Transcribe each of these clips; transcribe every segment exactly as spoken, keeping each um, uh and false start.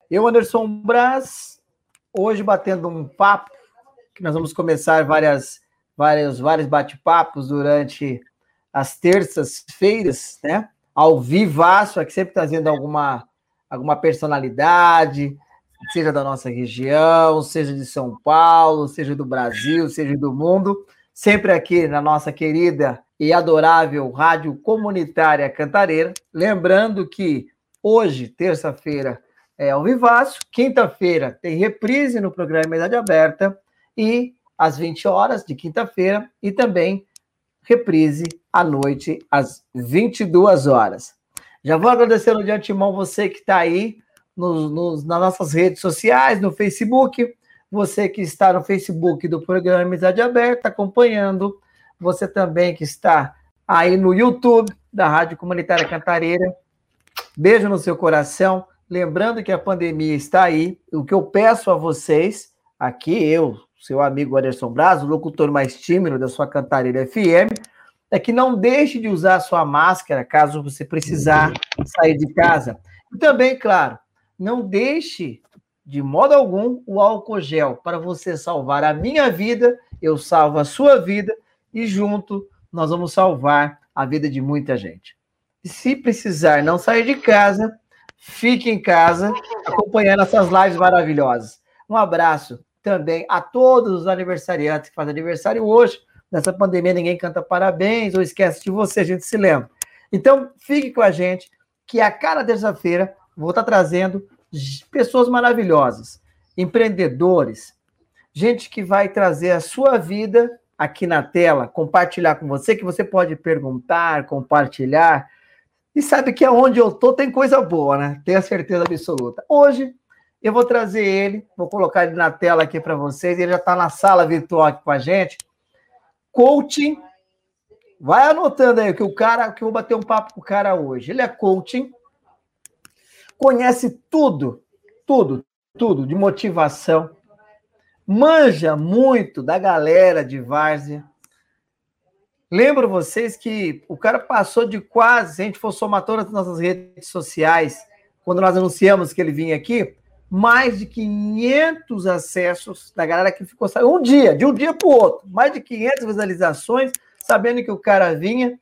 Eu, Anderson Braz, hoje batendo um papo, que nós vamos começar várias, várias, vários bate-papos durante as terças-feiras, né? Ao vivaço, aqui sempre trazendo alguma, alguma personalidade, seja da nossa região, seja de São Paulo, seja do Brasil, seja do mundo, sempre aqui na nossa querida e adorável Rádio Comunitária Cantareira. Lembrando que hoje, terça-feira, é ao vivaço, quinta-feira tem reprise no programa Idade Aberta, e às vinte horas de quinta-feira, e também reprise à noite, às vinte e duas horas. Já vou agradecendo de antemão você que está aí nos, nos, nas nossas redes sociais, no Facebook, você que está no Facebook do programa Amizade Aberta, acompanhando, você também que está aí no YouTube da Rádio Comunitária Cantareira. Beijo no seu coração. Lembrando que a pandemia está aí. O que eu peço a vocês, aqui eu, seu amigo Anderson Braz, o locutor mais tímido da sua Cantareira F M, é que não deixe de usar a sua máscara caso você precisar sair de casa. E também, claro, não deixe de modo algum o álcool gel para você salvar a minha vida, eu salvo a sua vida e junto nós vamos salvar a vida de muita gente. E se precisar não sair de casa, fique em casa acompanhando essas lives maravilhosas. Um abraço também a todos os aniversariantes que fazem aniversário hoje. Nessa pandemia ninguém canta parabéns ou esquece de você, a gente se lembra. Então, fique com a gente, que a cada terça-feira vou estar trazendo pessoas maravilhosas, empreendedores, gente que vai trazer a sua vida aqui na tela, compartilhar com você, que você pode perguntar, compartilhar. E sabe que aonde eu tô tem coisa boa, né? Tenho a certeza absoluta. Hoje eu vou trazer ele, vou colocar ele na tela aqui para vocês, ele já está na sala virtual aqui com a gente. Coaching, vai anotando aí que o cara, que eu vou bater um papo com o cara hoje. Ele é coaching, conhece tudo, tudo, tudo de motivação, manja muito da galera de várzea. Lembro vocês que o cara passou de quase, se a gente for somar todas as nossas redes sociais, quando nós anunciamos que ele vinha aqui, mais de quinhentos acessos da galera que ficou um dia, de um dia para o outro, mais de quinhentas visualizações, sabendo que o cara vinha,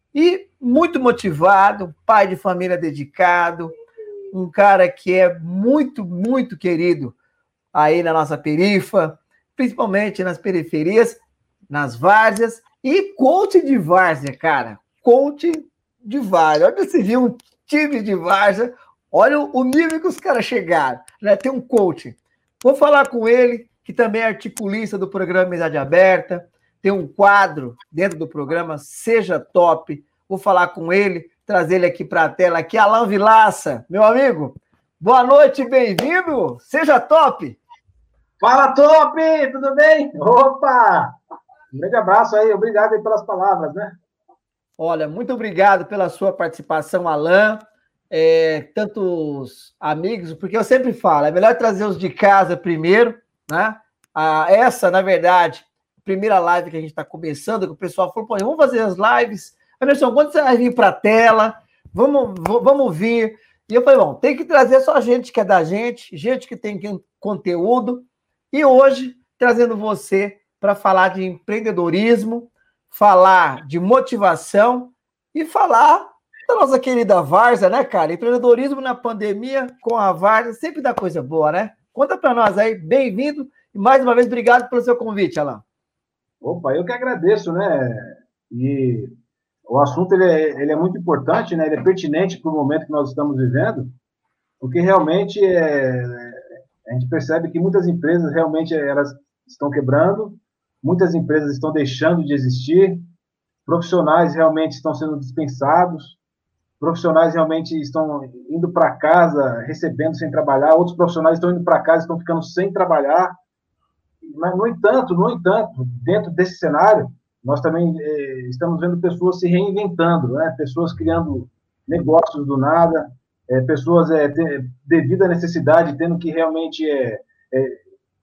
e muito motivado, pai de família dedicado, um cara que é muito, muito querido aí na nossa perifa, principalmente nas periferias, nas várzeas, e coach de várzea, cara. Coach de várzea. Olha, você viu um time de várzea, olha o nível que os caras chegaram, né? Tem um coach. Vou falar com ele, que também é articulista do programa Amizade Aberta, tem um quadro dentro do programa, Seja Top. Vou falar com ele, trazer ele aqui para a tela, aqui, Alan Vilaça, meu amigo. Boa noite, bem-vindo. Seja Top. Fala, Top, tudo bem? Opa! Um grande abraço aí, obrigado aí pelas palavras, né? Olha, muito obrigado pela sua participação, Alan. É, tantos amigos, porque eu sempre falo, é melhor trazer os de casa primeiro, né? Ah, essa, na verdade, primeira live que a gente está começando, que o pessoal falou, pô, vamos fazer as lives. Anderson, quando você vai vir para a tela? Vamos, vamos vir. E eu falei, bom, tem que trazer só gente que é da gente, gente que tem conteúdo. E hoje, trazendo você para falar de empreendedorismo, falar de motivação e falar da nossa querida várzea, né, cara? Empreendedorismo na pandemia com a várzea sempre dá coisa boa, né? Conta para nós aí, bem-vindo e mais uma vez obrigado pelo seu convite, Alan. Opa, eu que agradeço, né? E o assunto ele é, ele é muito importante, né? Ele é pertinente para o momento que nós estamos vivendo, porque realmente é, a gente percebe que muitas empresas realmente elas estão quebrando, muitas empresas estão deixando de existir, profissionais realmente estão sendo dispensados, profissionais realmente estão indo para casa recebendo sem trabalhar, outros profissionais estão indo para casa e estão ficando sem trabalhar. Mas, no entanto, no entanto, dentro desse cenário, nós também eh, estamos vendo pessoas se reinventando, né? Pessoas criando negócios do nada, eh, pessoas, eh, ter, devido à necessidade, tendo que realmente eh, eh,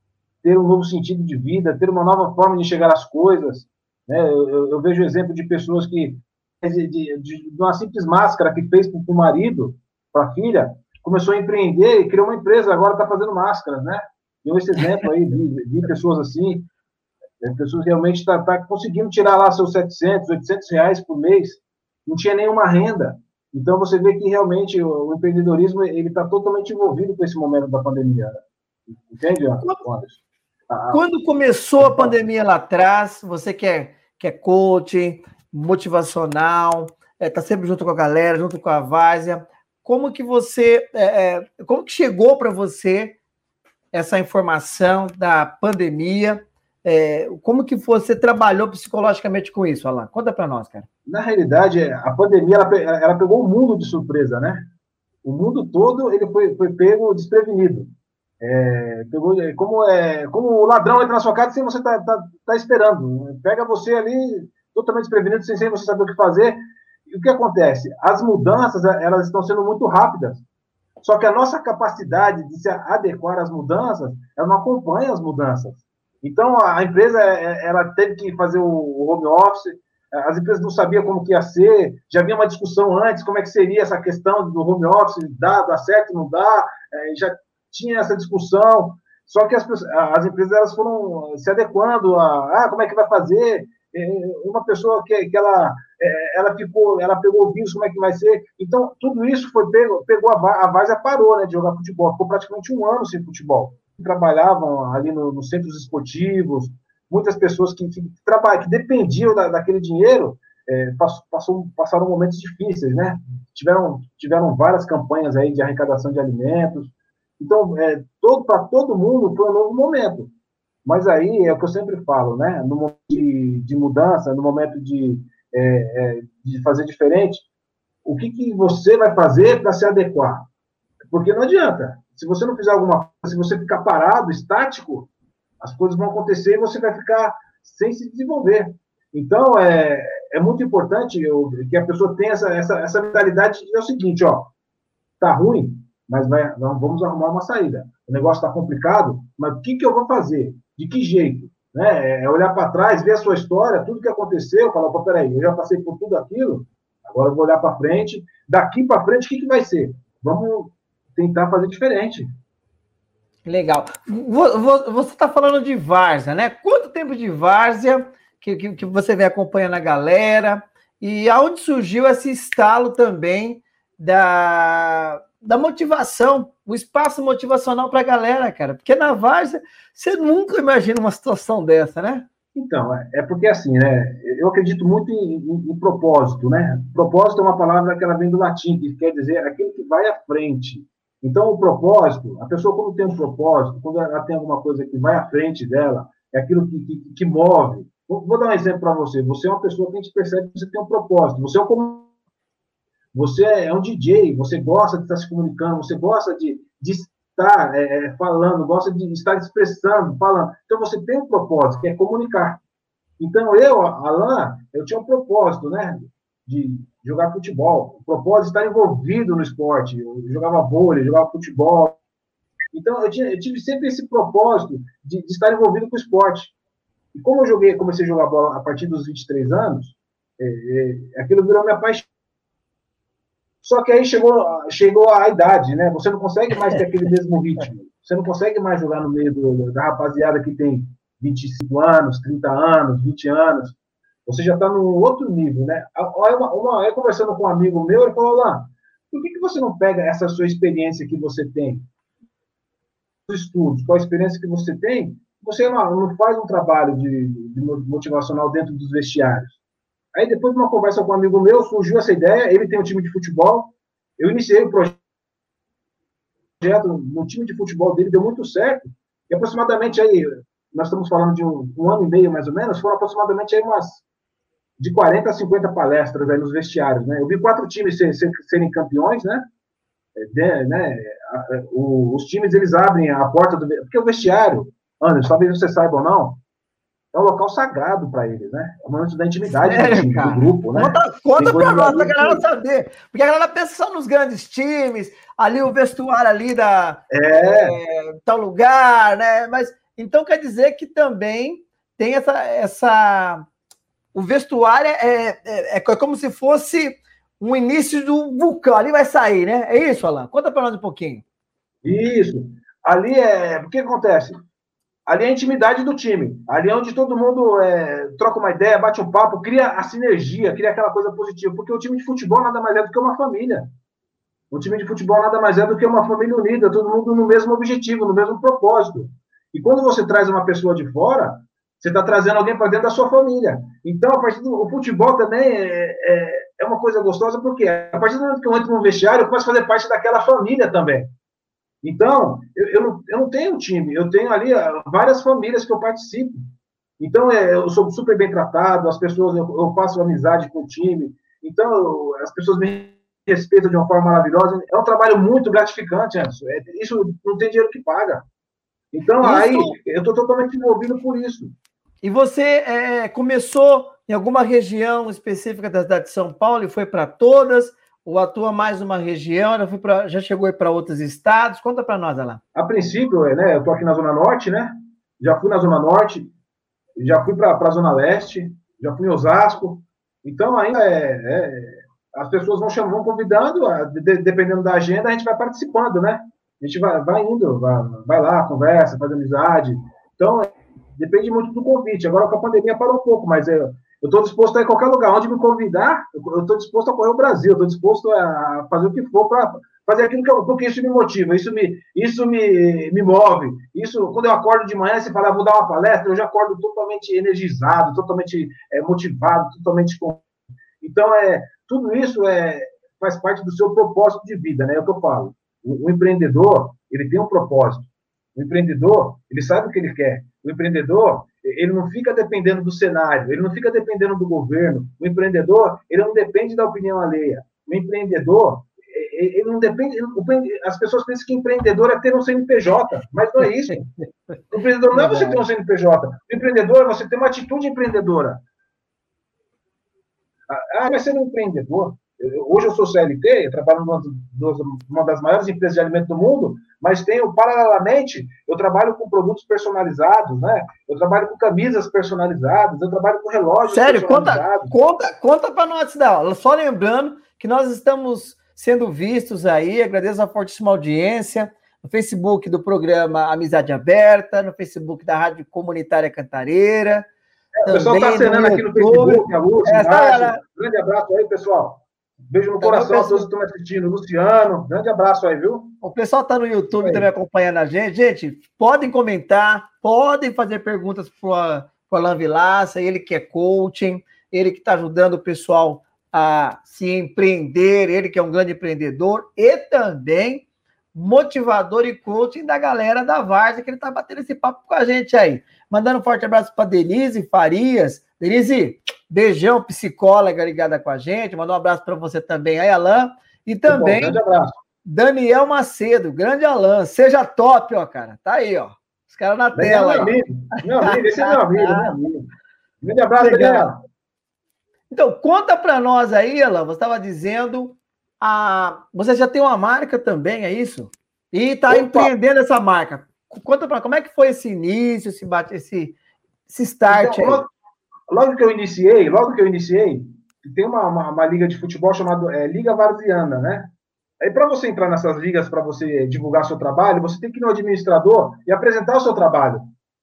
ter um novo sentido de vida, ter uma nova forma de chegar às coisas, né? Eu, eu, eu vejo exemplo de pessoas que, de, de, de uma simples máscara que fez para o marido, para a filha, começou a empreender e criou uma empresa, agora está fazendo máscaras, né? Deu esse exemplo aí de, de pessoas assim, as pessoas realmente estão tá, tá conseguindo tirar lá seus setecentos, oitocentos reais por mês, não tinha nenhuma renda. Então, você vê que realmente o, o empreendedorismo ele está totalmente envolvido com esse momento da pandemia. Entende, Anderson? Quando começou a pandemia lá atrás, você que é, que é coach, motivacional, está é, sempre junto com a galera, junto com a Várzea, como que você, é, é, como que chegou para você essa informação da pandemia? É, como que você trabalhou psicologicamente com isso, Alan? Conta para nós, cara. Na realidade, a pandemia ela, ela pegou o mundo de surpresa, né? O mundo todo ele foi, foi pego desprevenido. É, pegou, como, é, como o ladrão entra na sua casa sem você tá, tá, tá esperando. Pega você ali totalmente desprevenido, sem, sem você saber o que fazer. E o que acontece? As mudanças elas estão sendo muito rápidas. Só que a nossa capacidade de se adequar às mudanças, ela não acompanha as mudanças. Então, a empresa ela teve que fazer o home office, as empresas não sabiam como que ia ser, já havia uma discussão antes, como é que seria essa questão do home office, dá, dá certo, não dá, já tinha essa discussão, só que as, as empresas elas foram se adequando a, ah, como é que vai fazer, uma pessoa que, que ela, ela, ficou, ela pegou o vírus, como é que vai ser, então tudo isso foi pego, pegou a, a Várzea parou, né, de jogar futebol, ficou praticamente um ano sem futebol, trabalhavam ali no, nos centros esportivos, muitas pessoas que, que, trabalham, que dependiam da, daquele dinheiro, é, passou, passaram momentos difíceis, né, tiveram, tiveram várias campanhas aí de arrecadação de alimentos. Então, é, todo, para todo mundo foi um novo momento. Mas aí é o que eu sempre falo, né? No momento de, de mudança, no momento de, é, é, de fazer diferente, o que, que você vai fazer para se adequar? Porque não adianta. Se você não fizer alguma coisa, se você ficar parado, estático, as coisas vão acontecer e você vai ficar sem se desenvolver. Então, é, é muito importante eu, que a pessoa tenha essa, essa, essa mentalidade de é o seguinte, ó, tá ruim, mas vai, vamos arrumar uma saída. O negócio está complicado, mas o que, que eu vou fazer? De que jeito? Né? É olhar para trás, ver a sua história, tudo que aconteceu, falar, pô, peraí, eu já passei por tudo aquilo, agora eu vou olhar para frente, daqui para frente, o que, que vai ser? Vamos tentar fazer diferente. Legal. Você está falando de Várzea, né? Quanto tempo de Várzea que, que, que você vem acompanhando a galera? E aonde surgiu esse estalo também da... da motivação, o espaço motivacional para a galera, cara. Porque na Várzea, você nunca imagina uma situação dessa, né? Então, é porque assim, né? Eu acredito muito em, em, em propósito, né? Propósito é uma palavra que ela vem do latim, que quer dizer aquilo que vai à frente. Então, o propósito, a pessoa quando tem um propósito, quando ela tem alguma coisa que vai à frente dela, é aquilo que, que, que move. Vou, vou dar um exemplo para você. Você é uma pessoa que a gente percebe que você tem um propósito. Você é um Você é um D J, você gosta de estar se comunicando, você gosta de, de estar é, falando, gosta de estar expressando, falando. Então, você tem um propósito, que é comunicar. Então, eu, Alan, eu tinha um propósito, né, de jogar futebol. O propósito de estar envolvido no esporte. Eu jogava vôlei, jogava futebol. Então, eu, tinha, eu tive sempre esse propósito de, de estar envolvido com o esporte. E como eu joguei, comecei a jogar bola a partir dos vinte e três anos, é, é, aquilo virou minha paixão. Só que aí chegou, chegou a idade, né? Você não consegue mais ter aquele mesmo ritmo. Você não consegue mais jogar no meio do, da rapaziada que tem vinte e cinco anos, trinta anos, vinte anos. Você já está num outro nível, né? Uma, uma, eu conversando com um amigo meu, ele falou lá, por que, que você não pega essa sua experiência que você tem? Os estudos, qual a experiência que você tem? Você não, não faz um trabalho de, de motivacional dentro dos vestiários. Aí, depois de uma conversa com um amigo meu, surgiu essa ideia, ele tem um time de futebol, eu iniciei o projeto no time de futebol dele, deu muito certo, e aproximadamente aí, nós estamos falando de um, um ano e meio, mais ou menos, foram aproximadamente aí umas de quarenta a cinquenta palestras aí nos vestiários, né? Eu vi quatro times ser, ser, serem campeões, né? De, né? O, os times, eles abrem a porta do... Porque o vestiário, Anderson, talvez você saiba ou não, é um local sagrado para eles, né? É um momento da intimidade Sério, do time, cara? do grupo, né? Conta, conta para nós, para a galera saber. Porque a galera pensa só nos grandes times, ali o vestuário ali da é. É, tal lugar, né? Mas então quer dizer que também tem essa... essa... O vestuário é, é, é como se fosse um início do vulcão. Ali vai sair, né? É isso, Alan? Conta para nós um pouquinho. Isso. Ali é... O que acontece? Ali é a intimidade do time. Ali é onde todo mundo é, troca uma ideia, bate um papo, cria a sinergia, cria aquela coisa positiva. Porque o time de futebol nada mais é do que uma família. O time de futebol nada mais é do que uma família unida, todo mundo no mesmo objetivo, no mesmo propósito. E quando você traz uma pessoa de fora, você está trazendo alguém para dentro da sua família. Então, a partir do o futebol também é, é, é uma coisa gostosa, porque a partir do momento que eu entro no vestiário, eu começo a fazer parte daquela família também. Então, eu, eu, não, eu não tenho um time, eu tenho ali várias famílias que eu participo. Então, é, eu sou super bem tratado, as pessoas, eu, eu faço amizade com o time, então eu, as pessoas me respeitam de uma forma maravilhosa. É um trabalho muito gratificante, Anderson. É, isso não tem dinheiro que paga. Então, isso... aí, eu estou totalmente envolvido por isso. E você é, começou em alguma região específica da cidade de São Paulo e foi para todas? Ou atua mais numa região, já, foi pra, já chegou para outros estados? Conta para nós, Alain. A princípio, né, eu estou aqui na Zona Norte, né? Já fui na Zona Norte, já fui para a Zona Leste, já fui em Osasco. Então, ainda é, é, as pessoas vão chamando, vão convidando, de, dependendo da agenda, a gente vai participando, né? A gente vai, vai indo, vai, vai lá, conversa, faz amizade. Então, depende muito do convite. Agora, com a pandemia, parou um pouco, mas eu estou disposto a ir a qualquer lugar. Onde me convidar, eu estou disposto a correr o Brasil, estou disposto a fazer o que for para fazer aquilo que eu, porque isso me motiva, isso me, isso me, me move. Isso, quando eu acordo de manhã, você fala, vou dar uma palestra, eu já acordo totalmente energizado, totalmente é, motivado, totalmente... Então, é, tudo isso é, faz parte do seu propósito de vida, né? É o que eu falo. O, o empreendedor, ele tem um propósito. O empreendedor, ele sabe o que ele quer. O empreendedor, ele não fica dependendo do cenário, ele não fica dependendo do governo. O empreendedor, ele não depende da opinião alheia. O empreendedor, ele não depende... As pessoas pensam que empreendedor é ter um C N P J, mas não é isso. O empreendedor não é você ter um C N P J. O empreendedor é você ter uma atitude empreendedora. Ah, mas você não é empreendedor? Hoje eu sou C L T, eu trabalho numa, numa das maiores empresas de alimentos do mundo, mas tenho, paralelamente, eu trabalho com produtos personalizados, né? Eu trabalho com camisas personalizadas, eu trabalho com relógios Sério, personalizados. Conta, conta, conta para nós, Cidal. Só lembrando que nós estamos sendo vistos aí, agradeço a fortíssima audiência, no Facebook do programa Amizade Aberta, no Facebook da Rádio Comunitária Cantareira. É, o pessoal está acenando aqui no Facebook, a Lúcia, é, tá, grande abraço aí, pessoal. Beijo no coração a todos que estão me assistindo. Luciano, grande abraço aí, viu? O pessoal está no YouTube também acompanhando a gente. Gente, podem comentar, podem fazer perguntas para o Alain Vilaça, ele que é coaching, ele que está ajudando o pessoal a se empreender, ele que é um grande empreendedor e também motivador e coaching da galera da Várzea, que ele está batendo esse papo com a gente aí. Mandando um forte abraço para Denise Farias. Denise, beijão, psicóloga ligada com a gente. Mandou um abraço para você também aí, Alain. E também, bom, grande abraço. Daniel Macedo, grande Alain. Seja top, ó, cara. Tá aí, ó. Os caras na Daniel, tela. Meu amigo, meu amigo, esse é meu amigo, meu amigo. Grande abraço, Daniel. Então, conta para nós aí, Alain. Você estava dizendo, a... você já tem uma marca também, é isso? E está empreendendo essa marca. Conta para como é que foi esse início, esse, esse, esse start então, aí. Logo, logo que eu iniciei, logo que eu iniciei, tem uma, uma, uma liga de futebol chamada é, Liga Varziana, né? Aí, para você entrar nessas ligas, para você divulgar seu trabalho, você tem que ir no administrador e apresentar o seu trabalho.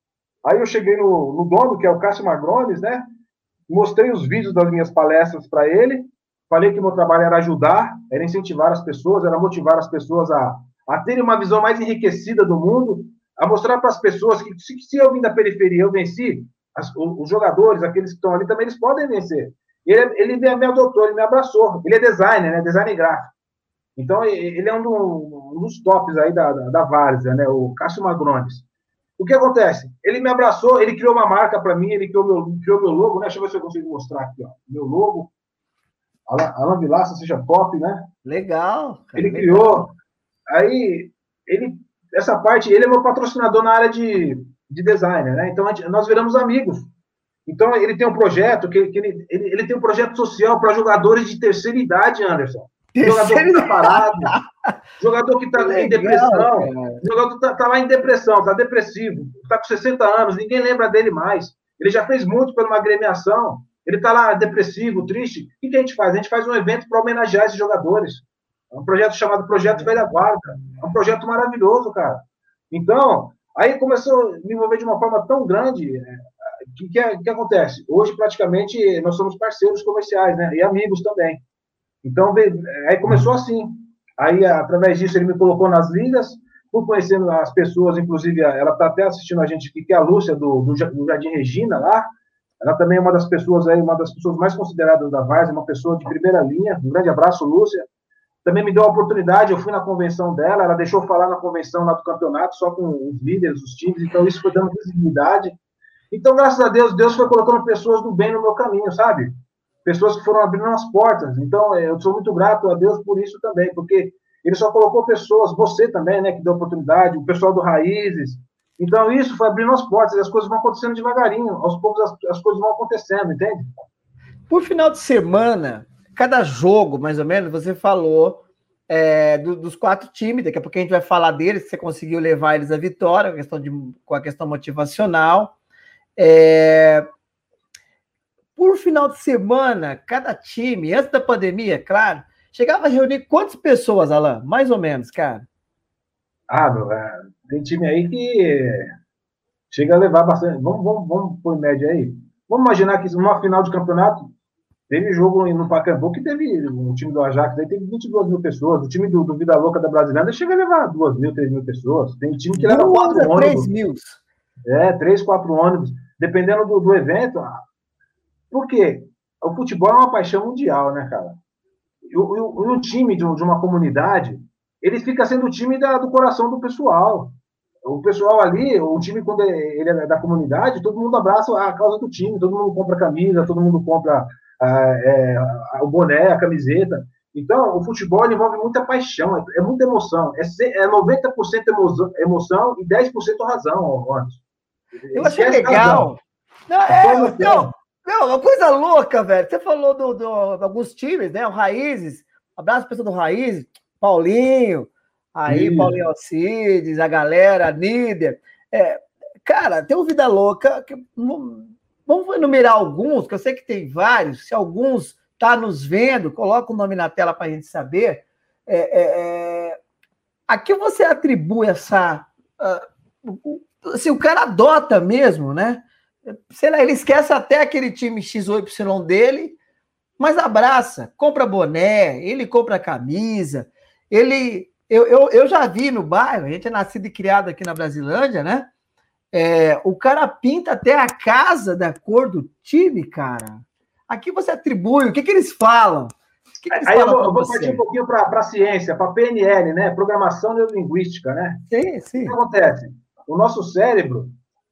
Aí eu cheguei no, no dono, que é o Cássio Magrones, né? Mostrei os vídeos das minhas palestras para ele, falei que meu trabalho era ajudar, era incentivar as pessoas, era motivar as pessoas a, a terem uma visão mais enriquecida do mundo, a mostrar para as pessoas que se, se eu vim da periferia, eu venci, as, os jogadores, aqueles que estão ali, também eles podem vencer. Ele, ele me adotou, ele me abraçou. Ele é designer, né? Design gráfico. Então, ele é um, do, um dos tops aí da, da, da Várzea, né? O Cássio Magrones. O que acontece? Ele me abraçou, ele criou uma marca para mim, ele criou meu, criou meu logo, né? Deixa eu ver se eu consigo mostrar aqui, ó. Meu logo. Alain Vilaça, seja top, né? Legal. Cara, ele legal. Criou. Aí, ele, essa parte, ele é meu patrocinador na área de, de designer, né? Então, gente, nós viramos amigos. Então, ele tem um projeto, que, que ele, ele, ele tem um projeto social para jogadores de terceira idade, Anderson. Jogador que está parado, jogador que está em depressão, cara. Jogador que está tá lá em depressão, está depressivo, está com sessenta anos, ninguém lembra dele mais. Ele já fez muito pela uma agremiação. Ele está lá depressivo, triste. O que, que a gente faz? A gente faz um evento para homenagear esses jogadores. É um projeto chamado Projeto Velha Guarda. É um projeto maravilhoso, cara. Então, aí começou a me envolver de uma forma tão grande. O que, que, que acontece? Hoje, praticamente, nós somos parceiros comerciais, né? E amigos também. Então, aí começou assim. Aí, através disso, ele me colocou nas ligas, fui conhecendo as pessoas, inclusive, ela está até assistindo a gente aqui, que é a Lúcia, do, do Jardim Regina, lá. Ela também é uma das pessoas aí, uma das pessoas mais consideradas da Várzea, uma pessoa de primeira linha. Um grande abraço, Lúcia. Também me deu a oportunidade, eu fui na convenção dela, ela deixou falar na convenção lá do campeonato, só com os líderes, os times, então isso foi dando visibilidade. Então, graças a Deus, Deus foi colocando pessoas do bem no meu caminho, sabe? Pessoas que foram abrindo as portas. Então, eu sou muito grato a Deus por isso também, porque ele só colocou pessoas, você também, né, que deu oportunidade, o pessoal do Raízes. Então, isso foi abrindo as portas, e as coisas vão acontecendo devagarinho, aos poucos as, as coisas vão acontecendo, entende? Por final de semana, cada jogo, mais ou menos, você falou é, do, dos quatro times, daqui a pouco a gente vai falar deles, que você conseguiu levar eles à vitória, com a questão, de, com a questão motivacional. É, por final de semana, cada time, antes da pandemia, claro, chegava a reunir quantas pessoas, Alan? Mais ou menos, cara? Ah, meu, é, tem time aí que chega a levar bastante. Vamos, vamos, vamos pôr média aí. Vamos imaginar que numa final de campeonato, teve jogo no Pacaembu que teve um time do Ajax, aí teve vinte e duas mil pessoas. O time do, do Vida Louca da Brasileira chega a levar duas mil, três mil pessoas. Tem time que leva quatro ônibus. três mil. É, três, quatro ônibus. Dependendo do, do evento. Por quê? O futebol é uma paixão mundial, né, cara? E o, o, o time de, de uma comunidade, ele fica sendo o time da, do coração do pessoal. O pessoal ali, o time, quando ele é da comunidade, todo mundo abraça a causa do time, todo mundo compra camisa, todo mundo compra é, o boné, a camiseta. Então, o futebol envolve muita paixão, é, é muita emoção. É, é noventa por cento emoção, emoção e dez por cento razão, Anderson. Eu achei legal. Não, é, então, não, uma coisa louca, velho. Você falou do, do, de alguns times, né? O Raízes, abraço pessoal do Raízes, Paulinho, aí Sim. Paulinho Alcides, a galera, a Níder. É, cara, tem um Vida Louca. Que, vamos enumerar alguns, que eu sei que tem vários. Se alguns tá nos vendo, coloca o nome na tela para a gente saber. É, é, é, a que você atribui essa... Uh, assim, o cara adota mesmo, né? Sei lá, ele esquece até aquele time X ou Y dele, mas abraça, compra boné, ele compra camisa, ele... Eu, eu, eu já vi no bairro, a gente é nascido e criado aqui na Brasilândia, né? É, o cara pinta até a casa da cor do time, cara. Aqui você atribui, o que, que eles falam? Que que eles Aí falam eu vou, eu vou partir um pouquinho para a ciência, para a P N L, né? Programação Neurolinguística, né? Sim, sim. O que acontece? O nosso cérebro,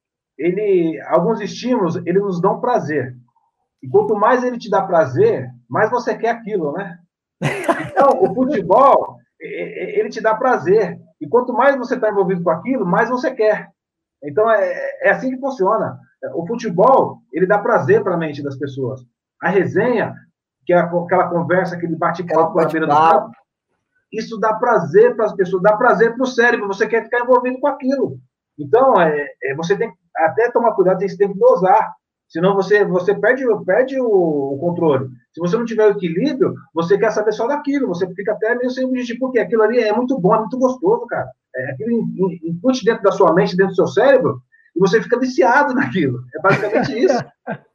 ele, alguns estímulos, ele nos dão prazer. E quanto mais ele te dá prazer, mais você quer aquilo, né? Então, o futebol, ele te dá prazer. E quanto mais você está envolvido com aquilo, mais você quer. Então, é, é assim que funciona. O futebol, ele dá prazer para a mente das pessoas. A resenha, que é aquela conversa, aquele bate-papo na beira do campo, isso dá prazer para as pessoas, dá prazer para o cérebro, você quer ficar envolvido com aquilo. Então, é, é, você tem que até tomar cuidado, você tem que dosar. Senão você, você perde, perde o, o controle. Se você não tiver o equilíbrio, você quer saber só daquilo. Você fica até meio sem objetivo, porque aquilo ali é muito bom, é muito gostoso, cara. É, aquilo incute dentro da sua mente, dentro do seu cérebro, e você fica viciado naquilo. É basicamente isso.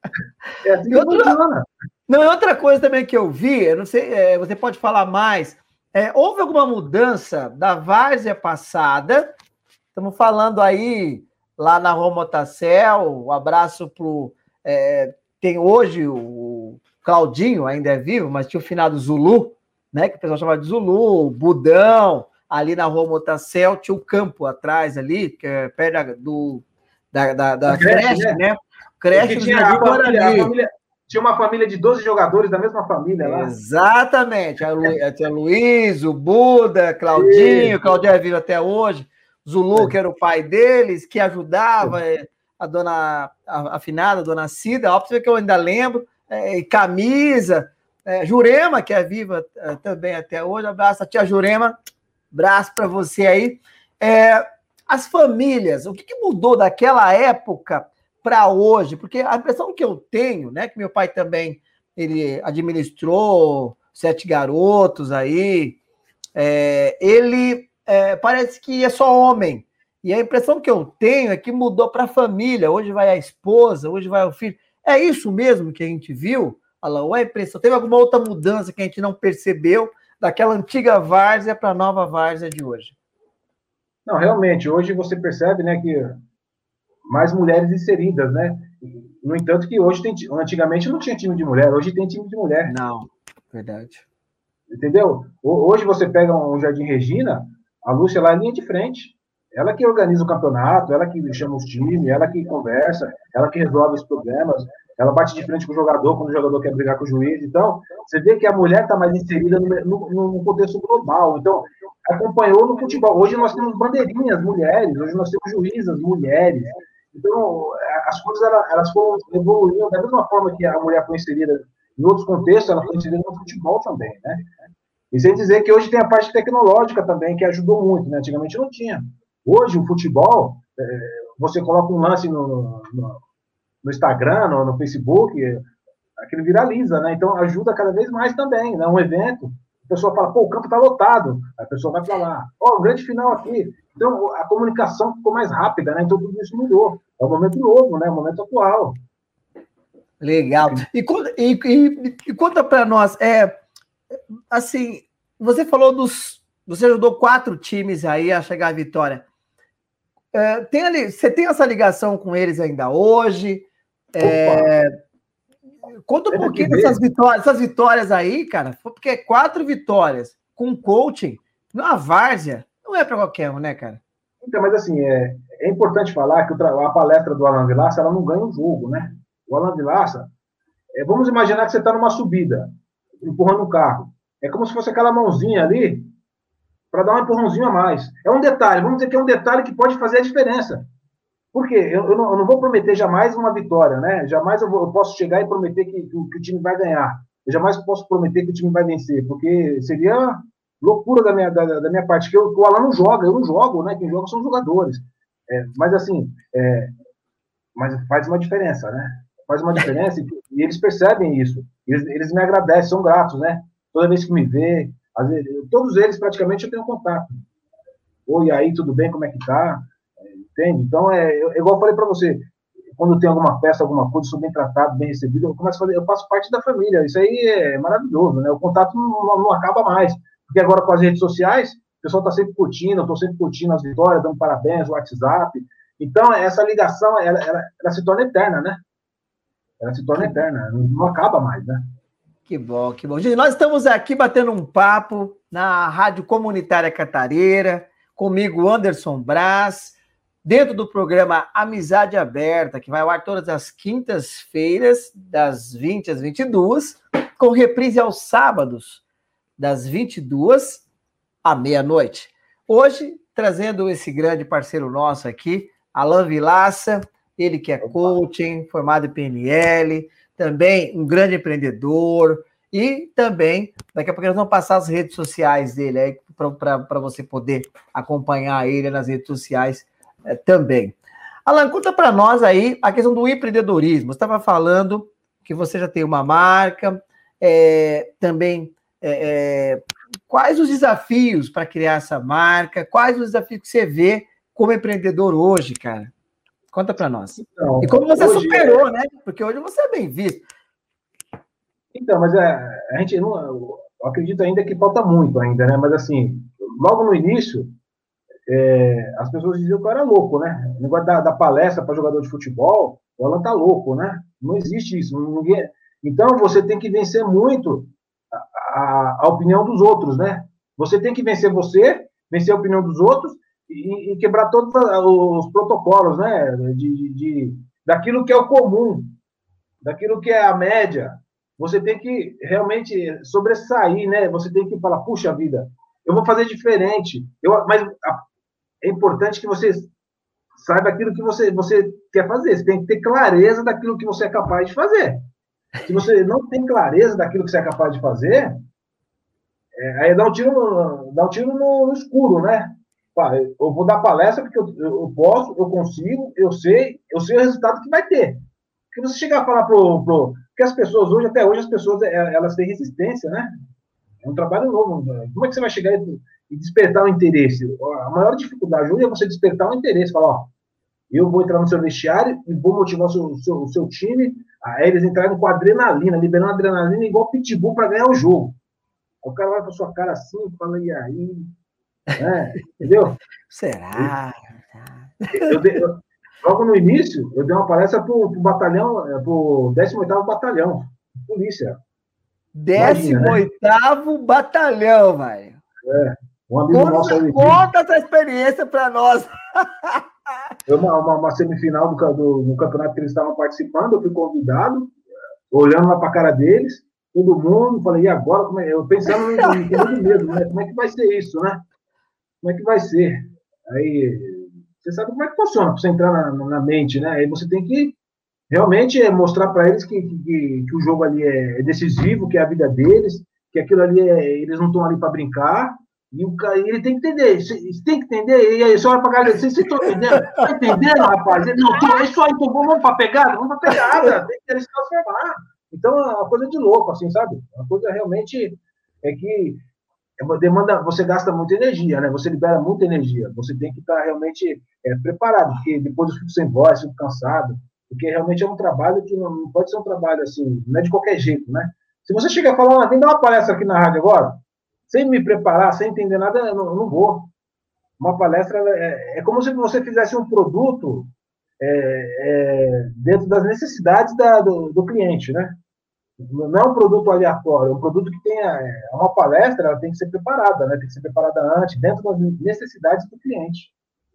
É assim que outra, funciona. Não, outra coisa também que eu vi, eu não sei, é, você pode falar mais, é, houve alguma mudança da várzea passada, estamos falando aí lá na Rua Motacel, um abraço pro... É, tem hoje o Claudinho, ainda é vivo, mas tinha o finado Zulu, né, que o pessoal chamava de Zulu, Budão, ali na Rua Motacel, tinha o campo atrás ali, que é perto do, da, da, da creche, creche, né? Creche do tinha, a família, a família, tinha uma família de doze jogadores da mesma família lá. Exatamente, a Lu, tinha Luiz, o Buda, Claudinho, Isso. Claudinho é vivo até hoje, Zulu, é. que era o pai deles, que ajudava... É. a dona a, a finada, a dona Cida, óbvio que eu ainda lembro, é, camisa, é, Jurema, que é viva é, também até hoje, abraço a tia Jurema, abraço para você aí. É, as famílias, o que, que mudou daquela época para hoje? Porque a impressão que eu tenho, né, que meu pai também ele administrou sete garotos aí, é, ele é, parece que é só homem. E a impressão que eu tenho é que mudou para a família. Hoje vai a esposa, hoje vai o filho. É isso mesmo que a gente viu, Alan? Ou é a impressão? Teve alguma outra mudança que a gente não percebeu daquela antiga várzea para a nova várzea de hoje? Não, realmente, hoje você percebe, né, que mais mulheres inseridas, né? No entanto que hoje tem, antigamente não tinha time de mulher, hoje tem time de mulher. Não, verdade. Entendeu? Hoje você pega um Jardim Regina, a Lúcia lá é linha de frente. Ela que organiza o campeonato, ela que chama os times, ela que conversa, ela que resolve os problemas, ela bate de frente com o jogador quando o jogador quer brigar com o juiz. Então, você vê que a mulher está mais inserida no, no, no contexto global. Então, acompanhou no futebol. Hoje nós temos bandeirinhas mulheres, hoje nós temos juízas mulheres. Então, as coisas elas, elas foram evoluindo da mesma forma que a mulher foi inserida em outros contextos, ela foi inserida no futebol também, né? E sem dizer que hoje tem a parte tecnológica também, que ajudou muito, né? Antigamente não tinha. Hoje, o futebol, é, você coloca um lance no, no, no Instagram, no, no Facebook, aquilo viraliza, né? Então, ajuda cada vez mais também, né? Um evento, a pessoa fala, pô, o campo está lotado, a pessoa vai para lá. Ó, oh, grande final aqui. Então, a comunicação ficou mais rápida, né? Então, tudo isso mudou. É um momento novo, né? É um momento atual. Legal. E, e, e, e conta para nós, é, assim, você falou dos... Você ajudou quatro times aí a chegar à vitória. É, tem ali, você tem essa ligação com eles ainda hoje? É, conta um pouquinho dessas vitórias, essas vitórias aí, cara, porque quatro vitórias com coaching na várzea não é para qualquer um, né, cara? Então, mas assim, é, é importante falar que a palestra do Alan Vilaça, ela não ganha o jogo, né? O Alan Vilaça, é, vamos imaginar que você está numa subida, empurrando um carro. É como se fosse aquela mãozinha ali, para dar um empurrãozinho a mais. É um detalhe, vamos dizer que é um detalhe que pode fazer a diferença. Por quê? Eu, eu, não, eu não vou prometer jamais uma vitória, né? Jamais eu, vou, eu posso chegar e prometer que, que, que o time vai ganhar. Eu jamais posso prometer que o time vai vencer, porque seria loucura da minha, da, da minha parte, que eu, o Alan não joga, eu não jogo, né? Quem joga são os jogadores. É, mas assim, é, mas faz uma diferença, né? Faz uma diferença e, e eles percebem isso. Eles, eles me agradecem, são gratos, né? Toda vez que me vê, às vezes, todos eles praticamente eu tenho contato. Oi, aí, tudo bem? Como é que tá? Entende? Então, é, eu, igual eu falei para você, quando tem alguma festa, alguma coisa, sou bem tratado, bem recebido, eu começo a fazer, eu faço parte da família. Isso aí é maravilhoso, né? O contato não, não, não acaba mais. Porque agora com as redes sociais, o pessoal está sempre curtindo, eu estou sempre curtindo as vitórias, dando parabéns, o WhatsApp. Então, essa ligação, ela, ela, ela se torna eterna, né? Ela se torna eterna, não, não acaba mais, né? Que bom, que bom. Gente, nós estamos aqui batendo um papo na Rádio Comunitária Catareira, comigo, Anderson Braz, dentro do programa Amizade Aberta, que vai ao ar todas as quintas-feiras, das vinte às vinte e duas, com reprise aos sábados, das vinte e duas à meia-noite. Hoje, trazendo esse grande parceiro nosso aqui, Alan Vilaça, ele que é coaching, formado em P N L, também um grande empreendedor, e também, daqui a pouco nós vamos passar as redes sociais dele aí, para você poder acompanhar ele nas redes sociais é, também. Alan, conta para nós aí a questão do empreendedorismo. Você estava falando que você já tem uma marca, é, também é, é, quais os desafios para criar essa marca, quais os desafios que você vê como empreendedor hoje, cara? Conta para nós. Então, e como você hoje, superou, né? Porque hoje você é bem visto. Então, mas é, a gente não, eu acredito ainda que falta muito ainda, né? Mas assim, logo no início, é, as pessoas diziam que eu era louco, né? O negócio da, da palestra para jogador de futebol, o Alan tá louco, né? Não existe isso. Ninguém... Então, você tem que vencer muito a, a, a opinião dos outros, né? Você tem que vencer você, vencer a opinião dos outros e, e quebrar todos os protocolos, né? De, de, de, daquilo que é o comum, daquilo que é a média. Você tem que realmente sobressair, né? Você tem que falar, puxa vida, eu vou fazer diferente. Eu, mas é importante que você saiba aquilo que você, você quer fazer. Você tem que ter clareza daquilo que você é capaz de fazer. Se você não tem clareza daquilo que você é capaz de fazer, é, aí dá um tiro, no, dá um tiro no, no escuro, né? eu vou dar palestra porque eu, eu posso, eu consigo, eu sei, eu sei o resultado que vai ter. Porque você chegar a falar pro, pro... Porque as pessoas hoje, até hoje, as pessoas, elas têm resistência, né? É um trabalho novo. Como é que você vai chegar e, e despertar o interesse? A maior dificuldade hoje é você despertar o interesse. Falar, ó, eu vou entrar no seu vestiário e vou motivar o seu, o seu, o seu time a eles entrarem com adrenalina, liberando adrenalina igual pitbull para ganhar o jogo. O cara vai pra sua cara assim e fala, e aí? É, entendeu? Será? Eu, eu, eu, logo no início, eu dei uma palestra pro, pro batalhão, pro décimo oitavo Batalhão, polícia. décimo oitavo Né? Batalhão, velho. É, um amigo conta, nosso... Conta essa experiência para nós. Foi uma, uma, uma semifinal do, do, do campeonato que eles estavam participando, eu fui convidado, olhando lá para a cara deles, todo mundo, falei, e agora? Como é? Eu pensando em comigo mesmo, né? Como é que vai ser isso, né? Como é que vai ser? Aí, você sabe como é que funciona, para você entrar na, na mente, né? Aí você tem que realmente mostrar para eles que, que, que o jogo ali é decisivo, que é a vida deles, que aquilo ali, é, eles não estão ali para brincar, e o cara, ele tem que entender, você tem que entender, e aí você olha para a galera, vocês estão entendendo? Está entendendo, rapaz? Não, tô, é isso aí, então vamos para a pegada? Vamos para a pegada, tem que se transformar. Então, é uma coisa de louco, assim, sabe? Uma coisa realmente é que demanda, você gasta muita energia, né? Você libera muita energia. Você tem que estar realmente é, preparado, porque depois eu fico sem voz, fico cansado, porque realmente é um trabalho que não, não pode ser um trabalho assim, não é de qualquer jeito, né? Se você chegar a falar, ah, vem dar uma palestra aqui na rádio agora, sem me preparar, sem entender nada, eu não, eu não vou. Uma palestra é, é como se você fizesse um produto é, é, dentro das necessidades da, do, do cliente, né? Não é um produto aleatório, é um produto que tem a, uma palestra, ela tem que ser preparada, né? Tem que ser preparada antes, dentro das necessidades do cliente.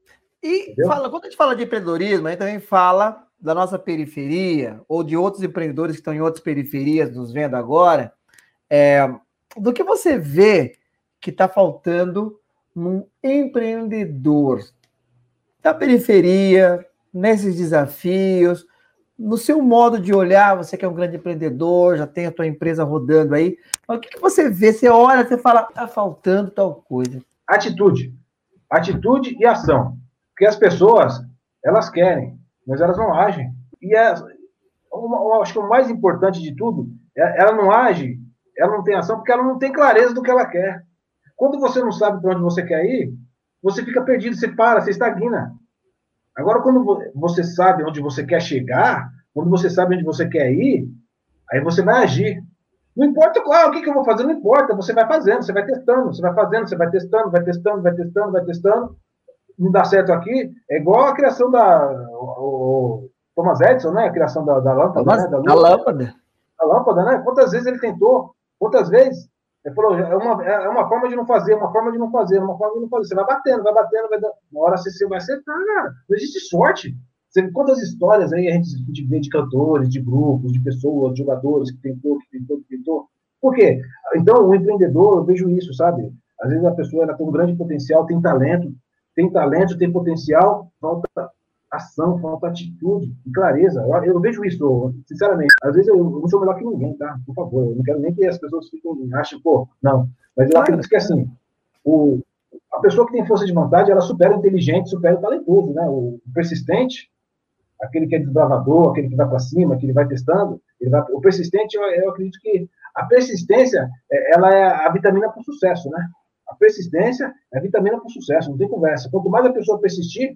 E fala, quando a gente fala de empreendedorismo, a gente também fala da nossa periferia, ou de outros empreendedores que estão em outras periferias nos vendo agora, é, do que você vê que está faltando num empreendedor da periferia, nesses desafios, no seu modo de olhar, você que é um grande empreendedor, já tem a tua empresa rodando aí, mas o que, que você vê? Você olha, você fala, tá faltando tal coisa. Atitude. Atitude e ação. Porque as pessoas, elas querem, mas elas não agem. E é, eu acho que o mais importante de tudo, é, ela não age, ela não tem ação, porque ela não tem clareza do que ela quer. Quando você não sabe para onde você quer ir, você fica perdido, você para, você estagna. Agora, quando você sabe onde você quer chegar, quando você sabe onde você quer ir, aí você vai agir. Não importa ah, o que, que eu vou fazer, não importa, você vai fazendo, você vai testando, você vai fazendo, você vai testando, vai testando, vai testando, vai testando. Não dá certo aqui, é igual a criação da... O, o Thomas Edison, né? A criação da, da lâmpada, Thomas, né? Da a lâmpada. A lâmpada, né? Quantas vezes ele tentou? Quantas vezes? Ele falou, é uma, é uma forma de não fazer, uma forma de não fazer, uma forma de não fazer. Você vai batendo, vai batendo, vai dando. Uma hora você vai acertar, cara. Não existe sorte. Você, quantas histórias aí a gente, a gente vê de cantores, de grupos, de pessoas, de jogadores que tentou, que tentou, que tentou. Por quê? Então, o empreendedor, eu vejo isso, sabe? Às vezes a pessoa ela tem um grande potencial, tem talento, tem talento, tem potencial, falta ação, falta atitude e clareza. Eu, eu vejo isso, sinceramente. Às vezes eu, eu não sou melhor que ninguém, tá? Por favor, eu não quero nem que as pessoas fiquem, achem, pô, não. Mas eu acredito que, assim, o, a pessoa que tem força de vontade, ela supera o inteligente, supera o talentoso, né? O persistente, aquele que é desbravador, aquele que vai para cima, que ele vai testando, ele vai, o persistente, eu, eu acredito que a persistência, ela é a vitamina para o sucesso, né? A persistência é a vitamina para o sucesso, não tem conversa. Quanto mais a pessoa persistir,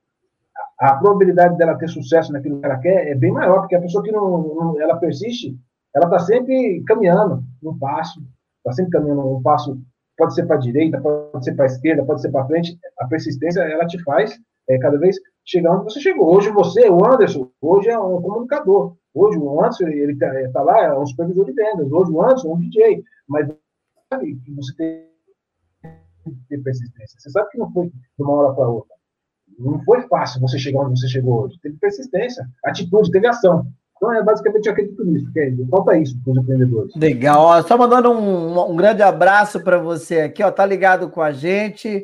a probabilidade dela ter sucesso naquilo que ela quer é bem maior, porque a pessoa que não, não ela persiste, ela está sempre caminhando um passo, está sempre caminhando um passo, pode ser para a direita, pode ser para a esquerda, pode ser para frente. A persistência, ela te faz é, cada vez chegar onde você chegou. Hoje você, o Anderson, hoje é um comunicador. Hoje o Anderson, ele está tá lá, é um supervisor de vendas. Hoje o Anderson é um D J. Mas sabe que você tem que ter persistência. Você sabe que não foi de uma hora para outra. Não foi fácil você chegar onde você chegou hoje. Teve persistência, atitude, teve ação. Então, é basicamente, eu acredito nisso. Falta isso para os empreendedores. Legal. Ó, só mandando um, um grande abraço para você aqui. Ó, tá ligado com a gente.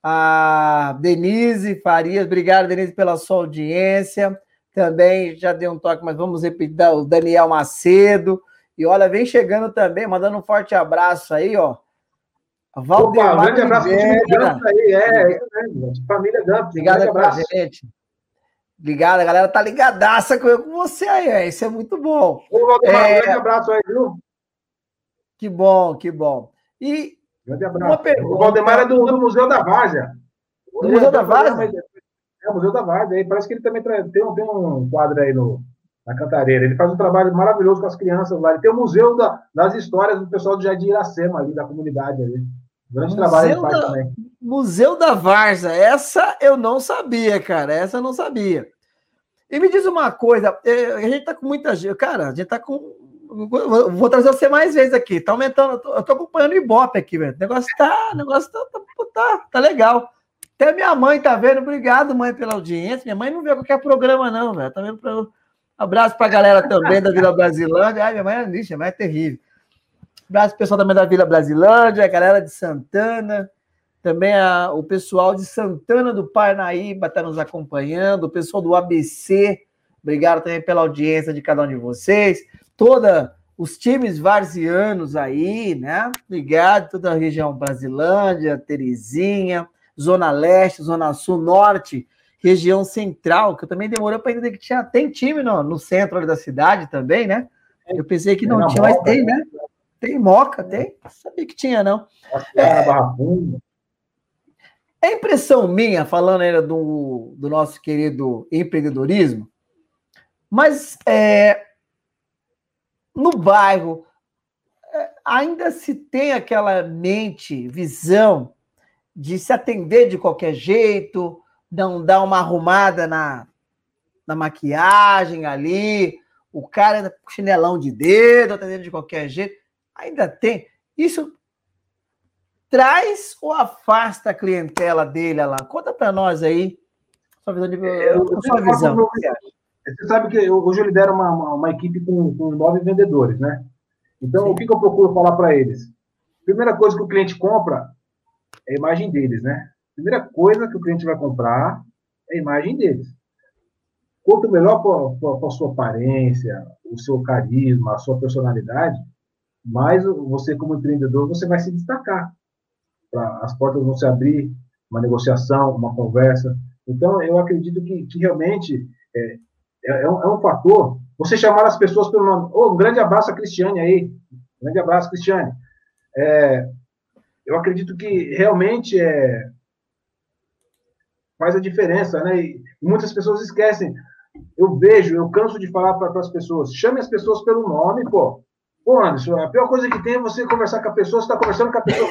A Denise Farias. Obrigado, Denise, pela sua audiência. Também já dei um toque, mas vamos repetir. O Daniel Macedo. E olha, vem chegando também, mandando um forte abraço aí, ó. Valdemar, Opa, um grande abraço para o time Campos aí. É, é isso mesmo. Família Campos. Obrigado um a gente. Obrigado, a galera tá ligadaça com, com você aí, é, isso é muito bom. Ô, Valdemar, é... um grande abraço aí, viu? Que bom, que bom. E grande abraço. Uma pergunta, o Valdemar é do, do Museu da Várzea. Do Museu da Várzea? É, o Museu da Várzea. Aí parece que ele também tem um, tem um quadro aí no, na Cantareira. Ele faz um trabalho maravilhoso com as crianças lá. Ele tem o Museu da, das Histórias do pessoal do Jardim Iracema, ali, da comunidade ali. Grande Museu trabalho ele faz da, também. Museu da Várzea. Essa eu não sabia, cara. Essa eu não sabia. E me diz uma coisa, a gente tá com muita gente. Cara, a gente tá com. Vou trazer você mais vezes aqui. Tá aumentando. Eu tô acompanhando o Ibope aqui, velho. O negócio tá. O negócio tá, tá, tá, tá legal. Até minha mãe tá vendo. Obrigado, mãe, pela audiência. Minha mãe não vê qualquer programa, não, velho. Tá vendo? Pra... Abraço pra galera também da Vila Brasilândia. Ai, minha mãe é lixo, minha mãe é terrível. Abraço pro pessoal também da Vila Brasilândia, a galera de Santana. Também a, o pessoal de Santana do Parnaíba está nos acompanhando, o pessoal do A B C, obrigado também pela audiência de cada um de vocês, toda os times varzianos aí, né? Obrigado, toda a região Brasilândia, Terezinha, Zona Leste, Zona Sul, Norte, região Central, que eu também demorei para entender que tinha, tem time no, no centro ali da cidade também, né? Eu pensei que não tinha, mas tem, né? Tem Moca, tem? Não sabia que tinha, não. É, Barra Funda. É impressão minha, falando ainda do, do nosso querido empreendedorismo, mas é, no bairro é, ainda se tem aquela mente, visão de se atender de qualquer jeito, não dar uma arrumada na, na maquiagem ali, o cara com chinelão de dedo, atendendo de qualquer jeito. Ainda tem. Isso traz ou afasta a clientela dele lá? Conta para nós aí. Sua visão. De... Eu, eu sua visão. Meu... Você sabe que hoje eu lidero uma, uma, uma equipe com, com nove vendedores, né? Então, Sim. o que, que eu procuro falar para eles? Primeira coisa que o cliente compra é a imagem deles, né? Primeira coisa que o cliente vai comprar é a imagem deles. Quanto melhor com a sua aparência, o seu carisma, a sua personalidade, mais você, como empreendedor, você vai se destacar. As portas vão se abrir, uma negociação, uma conversa. Então, eu acredito que, que realmente é, é, um, é um fator. Você chamar as pessoas pelo nome. Oh, um grande abraço a Cristiane aí. Um grande abraço, Cristiane. É, eu acredito que realmente é, faz a diferença, né? E muitas pessoas esquecem. Eu vejo, eu canso de falar para as pessoas. Chame as pessoas pelo nome, pô. Pô, Anderson, a pior coisa que tem é você conversar com a pessoa, você está conversando com a pessoa.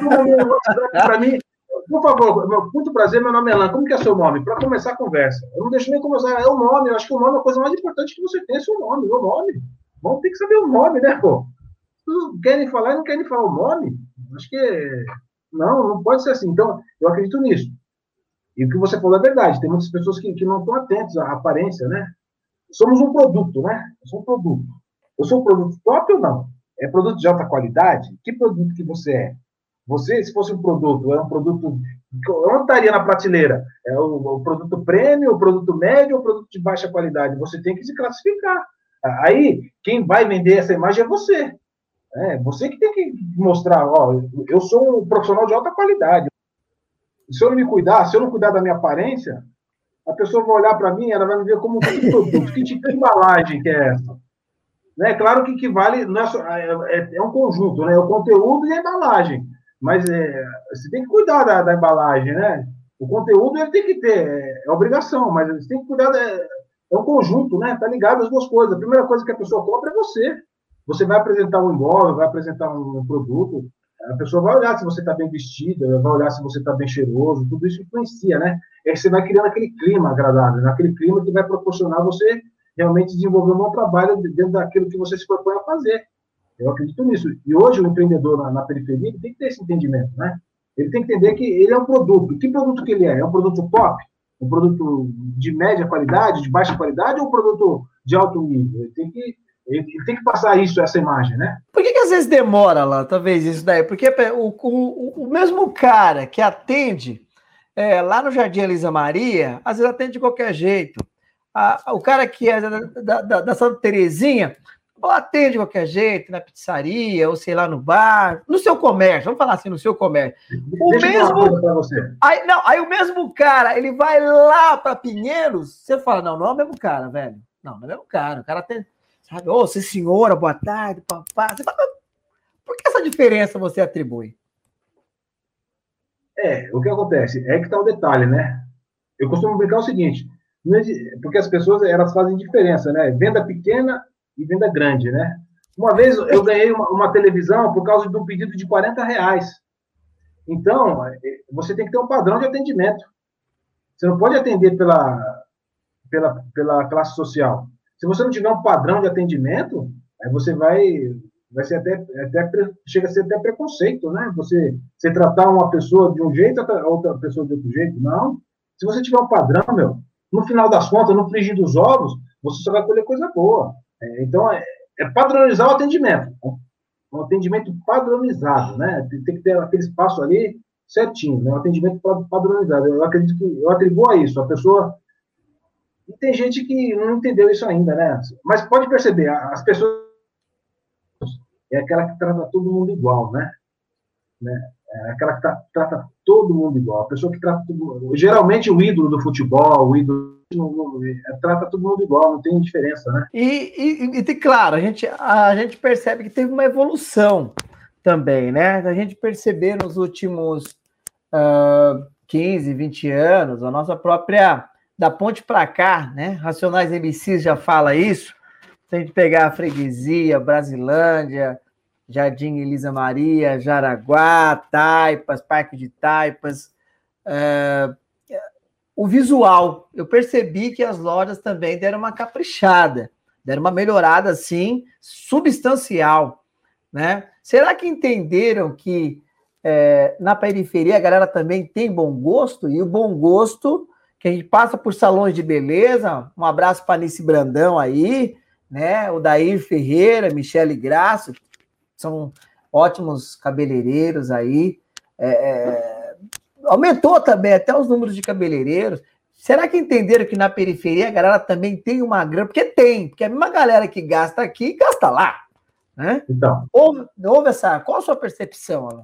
Para mim, por favor, meu, muito prazer, meu nome é Alan. Como que é seu nome? Para começar a conversa. Eu não deixo nem conversar, é o nome. Eu acho que o nome é a coisa mais importante que você tem, é o seu nome, o nome. Vamos ter que saber o nome, né, pô? Vocês querem falar e não querem falar o nome? Acho que não, não pode ser assim. Então, eu acredito nisso. E o que você falou é verdade. Tem muitas pessoas que, que não estão atentas à aparência, né? Somos um produto, né? Eu sou um produto. Eu sou um produto top ou não? É produto de alta qualidade? Que produto que você é? Você, se fosse um produto, é um produto... Onde estaria na prateleira? É o, o produto premium, o produto médio ou o produto de baixa qualidade? Você tem que se classificar. Aí, quem vai vender essa imagem é você. É você que tem que mostrar, ó, eu sou um profissional de alta qualidade. Se eu não me cuidar, se eu não cuidar da minha aparência, a pessoa vai olhar para mim, ela vai me ver como um produto. Que tipo de embalagem que é essa? Né? Claro que, que vale, é, é um conjunto, né? O conteúdo e a embalagem. Mas é, você tem que cuidar da, da embalagem, né? O conteúdo ele tem que ter, é, é obrigação, mas você tem que cuidar, da, é um conjunto, né? Tá ligado as duas coisas. A primeira coisa que a pessoa compra é você. Você vai apresentar um imóvel, vai apresentar um produto, a pessoa vai olhar se você está bem vestida, vai olhar se você está bem cheiroso, tudo isso influencia, né? É que você vai criando aquele clima agradável, né? Aquele clima que vai proporcionar você realmente desenvolver um bom trabalho dentro daquilo que você se propõe a fazer. Eu acredito nisso. E hoje o empreendedor na, na periferia ele tem que ter esse entendimento, né? Ele tem que entender que ele é um produto. Que produto que ele é? É um produto top? Um produto de média qualidade, de baixa qualidade ou um produto de alto nível? Ele tem que, ele, ele tem que passar isso, essa imagem, né? Por que, que às vezes demora lá, talvez, isso daí? Porque o, o, o mesmo cara que atende é, lá no Jardim Elisa Maria, às vezes atende de qualquer jeito. A, o cara que é da, da, da Santa Terezinha, ou atende de qualquer jeito, na pizzaria, ou sei lá, no bar, no seu comércio, vamos falar assim, no seu comércio. O Deixa mesmo, eu falar uma coisa para você. Aí, não, aí o mesmo cara, ele vai lá para Pinheiros, você fala, não, não é o mesmo cara, velho. Não, não é o mesmo cara. O cara tem, sabe, ô, oh, sim, senhora, boa tarde, papá. Você fala, por que essa diferença você atribui? É, o que acontece? É que está o detalhe, né? Eu costumo brincar o seguinte, porque as pessoas, elas fazem diferença, né? Venda pequena e venda grande, né? Uma vez eu ganhei uma, uma televisão por causa de um pedido de quarenta reais. Então, você tem que ter um padrão de atendimento. Você não pode atender pela, pela, pela classe social. Se você não tiver um padrão de atendimento, aí você vai, vai ser até, até chega a ser até preconceito, né? Você, você tratar uma pessoa de um jeito, a outra pessoa de outro jeito. Não. Se você tiver um padrão, meu, no final das contas, no frigir dos ovos, você só vai colher coisa boa. É, então, é, é padronizar o atendimento. Um atendimento padronizado, né? Tem, tem que ter aquele espaço ali certinho, né? Um atendimento padronizado. Eu acredito que eu atribuo a isso. A pessoa... E tem gente que não entendeu isso ainda, né? Mas pode perceber, as pessoas... É aquela que trata todo mundo igual, né? né? É aquela que tá, trata todo mundo igual. A pessoa que trata todo mundo... Geralmente o ídolo do futebol, o ídolo... trata todo mundo igual, não tem diferença, né? E, e, e claro, a gente, a gente percebe que teve uma evolução também, né? A gente percebeu nos últimos uh, quinze, vinte anos, a nossa própria, da ponte para cá, né? Racionais M Cs já fala isso. Se a gente pegar a Freguesia, Brasilândia, Jardim Elisa Maria, Jaraguá, Taipas, Parque de Taipas, uh, o visual, eu percebi que as lojas também deram uma caprichada, deram uma melhorada, assim, substancial, né? Será que entenderam que é, na periferia a galera também tem bom gosto? E o bom gosto, que a gente passa por salões de beleza, um abraço para Nice Brandão aí, né? O Dair Ferreira, Michele Graça, são ótimos cabeleireiros aí, é, é, aumentou também até os números de cabeleireiros. Será que entenderam que na periferia a galera também tem uma grana? Porque tem, porque a mesma galera que gasta aqui, gasta lá. Né? Então. Houve, houve essa... Qual a sua percepção, Alan?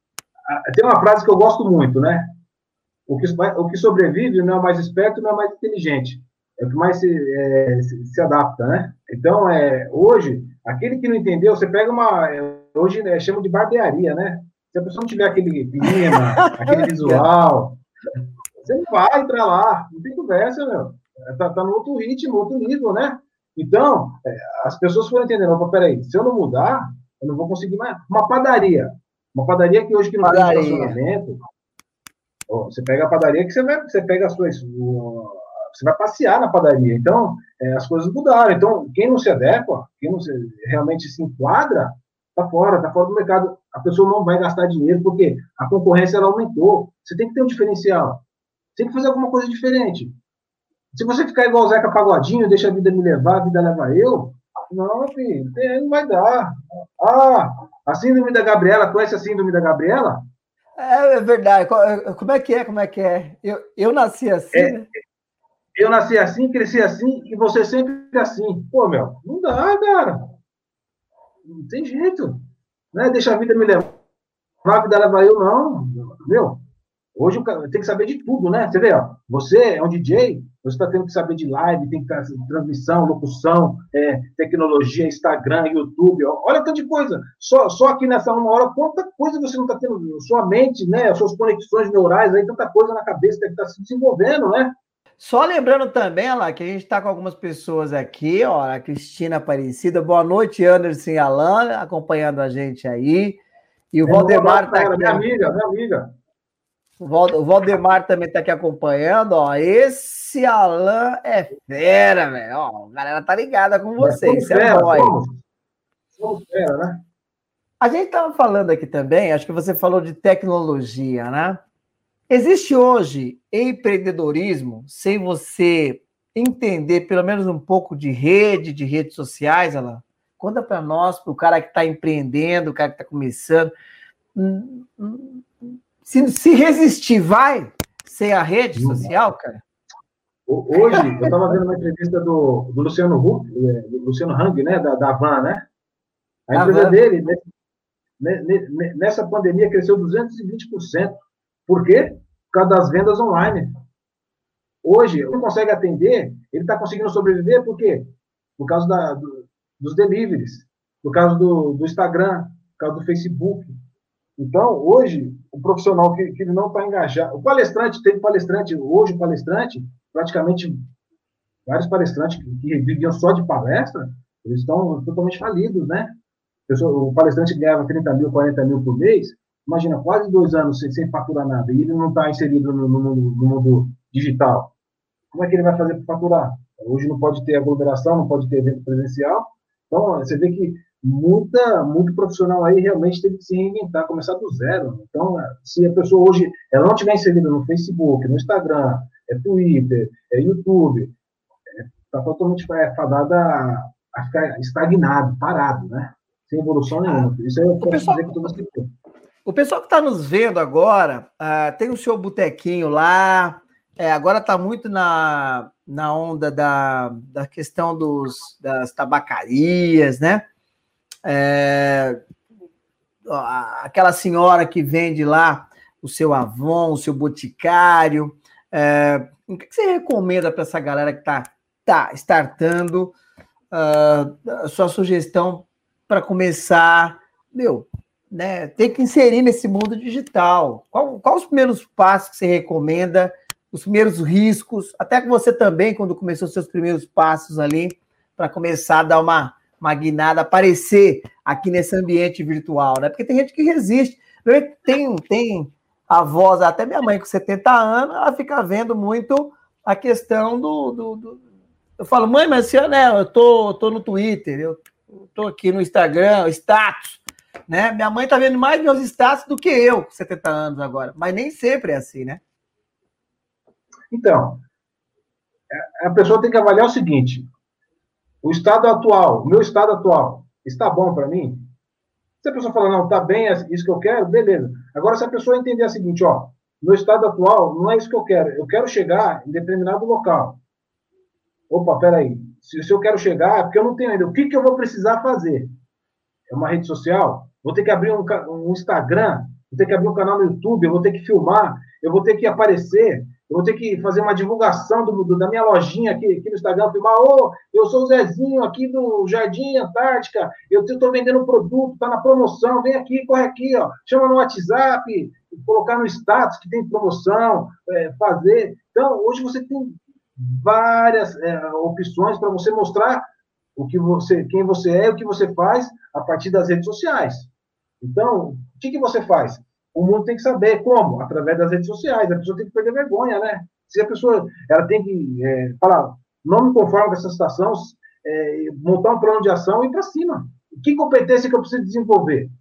Tem uma frase que eu gosto muito, né? O que, o que sobrevive não é o mais esperto, não é o mais inteligente. É o que mais se, é, se, se adapta, né? Então, é, hoje, aquele que não entendeu, você pega uma... Hoje é, chama de barbearia, né? Se a pessoa não tiver aquele clima, aquele visual, você não vai entrar lá, não tem conversa, meu. Tá, tá no outro ritmo, outro nível, né? Então, é, as pessoas foram entendendo, opa, peraí, se eu não mudar, eu não vou conseguir mais. Uma padaria. Uma padaria que hoje que não padaria. tem estacionamento. Ó, você pega a padaria que você vai, você pega as suas. Você vai passear na padaria. Então, é, as coisas mudaram. Então, quem não se adequa, quem não se, realmente se enquadra, tá fora, tá fora do mercado. A pessoa não vai gastar dinheiro, porque a concorrência ela aumentou. Você tem que ter um diferencial. Você tem que fazer alguma coisa diferente. Se você ficar igual o Zeca Pagodinho, deixa a vida me levar, a vida leva eu, não, filho, não vai dar. Ah, a síndrome da Gabriela, conhece a síndrome da Gabriela? É, é verdade. Como é que é? Como é que é? Eu, eu nasci assim, é, né? Eu nasci assim, cresci assim, e você sempre assim. Pô, meu, não dá, cara. Não tem jeito. Né? Deixa a vida me levar, a vida leva eu, não. Meu, hoje tem que saber de tudo, né? Você vê, ó, você é um D J, você está tendo que saber de live, tem que ter transmissão, locução, é, tecnologia, Instagram, YouTube, ó, olha tanta coisa. Só, só aqui nessa uma hora, quanta coisa você não está tendo, sua mente, né? As suas conexões neurais, aí tanta coisa na cabeça que está se desenvolvendo, né? Só lembrando também, Alan, que a gente está com algumas pessoas aqui, ó, a Cristina Aparecida, boa noite, Anderson e Alan, acompanhando a gente aí. E o é, Valdemar está aqui. Minha amiga, minha amiga. O Valdemar também está aqui acompanhando, ó. Esse Alan é fera, velho. Ó, a galera tá ligada com vocês. Isso é nóis. Somos fera, né? A gente estava falando aqui também, acho que você falou de tecnologia, né? Existe hoje empreendedorismo sem você entender pelo menos um pouco de rede, de redes sociais, Alan? Conta para nós, para o cara que está empreendendo, o cara que está começando. Se, se resistir, vai sem a rede social, cara? Hoje, eu estava vendo uma entrevista do, do Luciano Huck, do Luciano Hang, né, da, da Van, né? A empresa Van. dele, né, nessa pandemia, cresceu duzentos e vinte por cento. Por quê? Por causa das vendas online. Hoje, ele não consegue atender, ele está conseguindo sobreviver por quê? Por causa da, do, dos deliveries, por causa do, do Instagram, por causa do Facebook. Então, hoje, o profissional que, que não está engajado... O palestrante, tem palestrante, hoje o palestrante, praticamente, vários palestrantes que, que viviam só de palestra, eles estão totalmente falidos, né? O palestrante ganhava trinta mil, quarenta mil por mês, imagina, quase dois anos sem, sem faturar nada, e ele não está inserido no, no, no mundo digital. Como é que ele vai fazer para faturar? Hoje não pode ter aglomeração, não pode ter evento presencial. Então, você vê que muita, muito profissional aí realmente teve que se reinventar, começar do zero. Então, se a pessoa hoje ela não estiver inserida no Facebook, no Instagram, é Twitter, é YouTube, está é, totalmente é, fadada a, a ficar estagnado, parado, né? Sem evolução nenhuma. Isso aí eu posso pessoal, dizer que todo mundo. O pessoal que está nos vendo agora, uh, tem o seu botequinho lá, é, agora está muito na, na onda da, da questão dos, das tabacarias, né? É, aquela senhora que vende lá o seu Avon, o seu boticário. É, o que você recomenda para essa galera que está tá startando uh, a sua sugestão para começar, meu, né, ter que inserir nesse mundo digital? Qual, qual os primeiros passos que você recomenda, os primeiros riscos, até que você também, quando começou seus primeiros passos ali, para começar a dar uma, uma guinada, aparecer aqui nesse ambiente virtual, né? Porque tem gente que resiste. Tem, tem avós, até minha mãe com setenta anos, ela fica vendo muito a questão do... do, do... Eu falo, mãe, mas senhora, né, eu tô, tô no Twitter, eu tô aqui no Instagram, status, né? Minha mãe tá vendo mais meus status do que eu, com setenta anos agora, mas nem sempre é assim, né? Então, a pessoa tem que avaliar o seguinte: o estado atual, o meu estado atual, está bom para mim? Se a pessoa falar, não, está bem, é isso que eu quero, beleza. Agora, se a pessoa entender o seguinte, ó, meu estado atual não é isso que eu quero, eu quero chegar em determinado local. Opa, peraí, se, se eu quero chegar, é porque eu não tenho ainda. O que, que eu vou precisar fazer? É uma rede social? Vou ter que abrir um, um Instagram? Vou ter que abrir um canal no YouTube? Eu vou ter que filmar? Eu vou ter que aparecer? Eu vou ter que fazer uma divulgação do, do, da minha lojinha aqui, aqui no Instagram, filmar, ô, oh, eu sou o Zezinho aqui do Jardim Antártica, eu estou vendendo um produto, está na promoção, vem aqui, corre aqui, ó, chama no WhatsApp, colocar no status que tem promoção, é, fazer. Então, hoje você tem várias é, opções para você mostrar o que você, quem você é e o que você faz a partir das redes sociais. Então, o que, que você faz? O mundo tem que saber como, através das redes sociais. A pessoa tem que perder vergonha, né? Se a pessoa ela tem que é, falar, não me conformo com essa situação, é, montar um plano de ação e ir para cima. Que competência que eu preciso desenvolver? O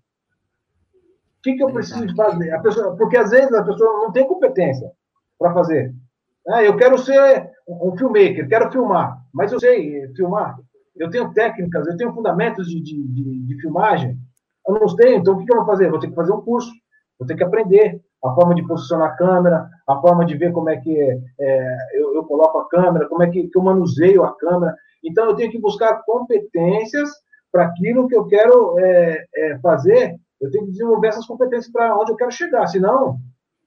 que, que eu preciso fazer? A pessoa, porque às vezes a pessoa não tem competência para fazer. Ah, eu quero ser um filmmaker, quero filmar, mas eu sei filmar. Eu tenho técnicas, eu tenho fundamentos de, de, de, de filmagem. Eu não tenho, então o que, que eu vou fazer? Vou ter que fazer um curso. Vou ter que aprender a forma de posicionar a câmera, a forma de ver como é que é, eu, eu coloco a câmera, como é que, que eu manuseio a câmera. Então, eu tenho que buscar competências para aquilo que eu quero é, é, fazer. Eu tenho que desenvolver essas competências para onde eu quero chegar. Senão,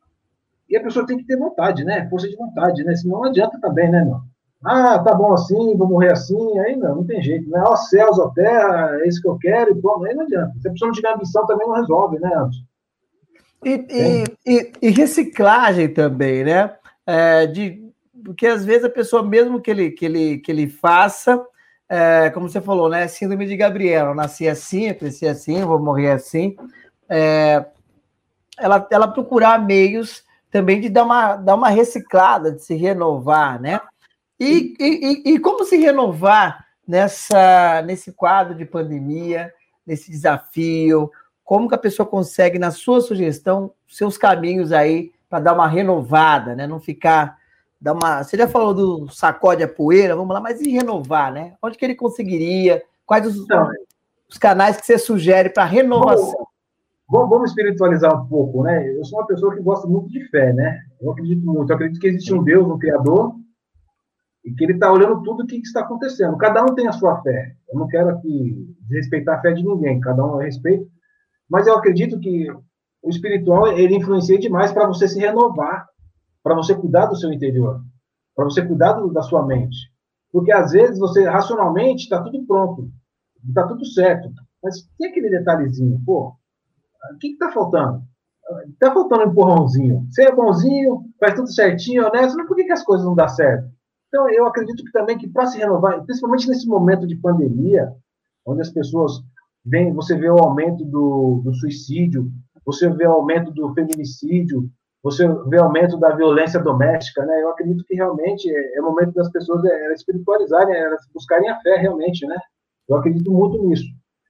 e a pessoa tem que ter vontade, né? Força de vontade, né? Senão não adianta também, né, meu? Ah, tá bom assim, vou morrer assim. Aí não, não tem jeito, né? Ó céus, ó terra, é isso que eu quero. E pronto, aí não adianta. Se a pessoa não tiver ambição, também não resolve, né, Anderson? E, e, e, e reciclagem também, né? É, de, porque às vezes a pessoa, mesmo que ele, que ele, que ele faça, é, como você falou, né? Síndrome de Gabriela, eu nasci assim, eu cresci assim, vou morrer assim. É, ela, ela procurar meios também de dar uma, dar uma reciclada, de se renovar, né? E, e, e como se renovar nessa, nesse quadro de pandemia, nesse desafio? Como que a pessoa consegue, na sua sugestão, seus caminhos aí para dar uma renovada, né? Não ficar, dar uma... Você já falou do sacode a poeira, vamos lá, mas e renovar, né? Onde que ele conseguiria? Quais os, então, os canais que você sugere para renovação? Vamos, vamos espiritualizar um pouco, né? Eu sou uma pessoa que gosta muito de fé, né? Eu acredito muito, eu acredito que existe um Deus, um Criador, e que ele está olhando tudo o que está acontecendo. Cada um tem a sua fé. Eu não quero aqui desrespeitar a fé de ninguém, cada um respeita, mas eu acredito que o espiritual, ele influencia demais para você se renovar, para você cuidar do seu interior, para você cuidar do, da sua mente. Porque, às vezes, você, racionalmente, está tudo pronto, está tudo certo, mas tem aquele detalhezinho, pô, o que está faltando? Está faltando um empurrãozinho. Você é bonzinho, faz tudo certinho, honesto, mas por que, que as coisas não dão certo? Então, eu acredito que também que para se renovar, principalmente nesse momento de pandemia, onde as pessoas vêm, você vê o aumento do, do suicídio, você vê o aumento do feminicídio, você vê o aumento da violência doméstica, né? Eu acredito que realmente é, é o momento das pessoas é, elas espiritualizarem, elas buscarem a fé realmente, né? Eu acredito muito nisso.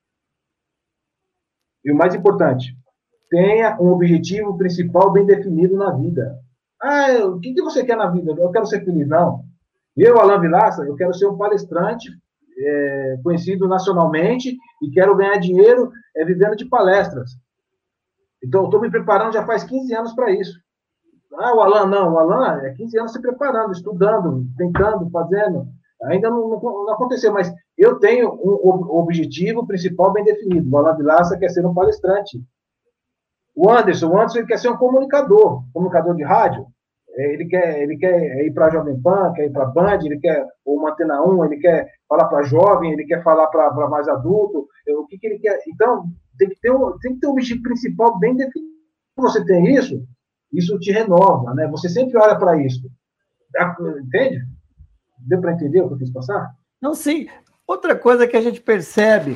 E o mais importante, tenha um objetivo principal bem definido na vida. Ah, o que, que você quer na vida? Eu quero ser feliz. Não. Eu, Alain Vilaça, eu quero ser um palestrante é, conhecido nacionalmente e quero ganhar dinheiro é, vivendo de palestras. Então, eu estou me preparando já faz quinze anos para isso. Ah, o Alain, não. O Alain é quinze anos se preparando, estudando, tentando, fazendo. Ainda não, não, não aconteceu, mas eu tenho um objetivo principal bem definido. O Alain Vilaça quer ser um palestrante. O Anderson, o Anderson ele quer ser um comunicador, comunicador de rádio. Ele quer, ele quer ir para a Jovem Pan, quer ir para a Band, ele quer uma Antena um, ele quer falar para jovem, ele quer falar para mais adulto. O que, que ele quer? Então, tem que, ter um, tem que ter um objetivo principal bem definido. Se você tem isso, isso te renova, né? Você sempre olha para isso. Entende? Deu para entender o que eu quis passar? Não, sim. Outra coisa que a gente percebe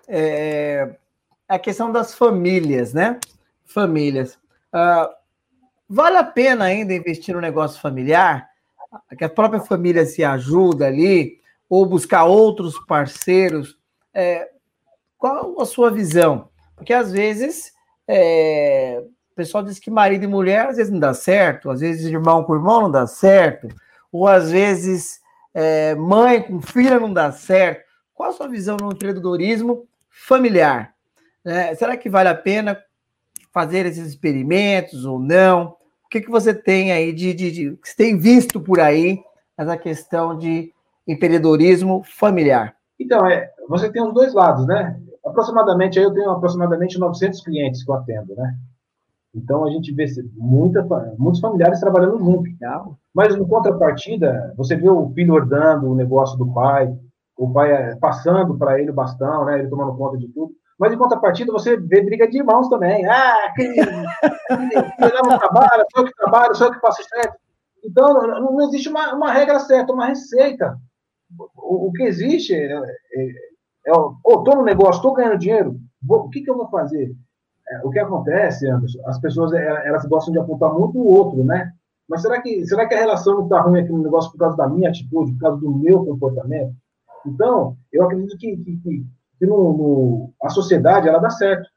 é a questão das famílias, né? Famílias. Uh, vale a pena ainda investir no negócio familiar? Que a própria família se ajuda ali, ou buscar outros parceiros? É, qual a sua visão? Porque às vezes é, o pessoal diz que marido e mulher às vezes não dá certo, às vezes irmão com irmão não dá certo, ou às vezes é, mãe com filha não dá certo. Qual a sua visão no empreendedorismo familiar? É, será que vale a pena fazer esses experimentos ou não? O que, que você tem aí de, de, de que você tem visto por aí essa questão de empreendedorismo familiar? Então, é, você tem os dois lados, né? Aproximadamente, aí eu tenho aproximadamente novecentos clientes que eu atendo, né? Então, a gente vê muita, muitos familiares trabalhando junto. Mas, em contrapartida, você vê o filho herdando o negócio do pai, o pai passando para ele o bastão, né? Ele tomando conta de tudo. Mas, em contrapartida, você vê briga de irmãos também. Ah, aquele eu não trabalho, sou eu que trabalho, sou eu que faço certo. Então, não, não existe uma, uma regra certa, uma receita. O, o que existe é, é, é oh, estou no negócio, estou ganhando dinheiro, vou, o que, que eu vou fazer? É, o que acontece, Anderson, as pessoas elas gostam de apontar muito o outro, né? Mas será que, será que a relação não está ruim aqui no negócio por causa da minha atitude, por causa do meu comportamento? Então, eu acredito que, que, que, que no, no, a sociedade ela dá certo.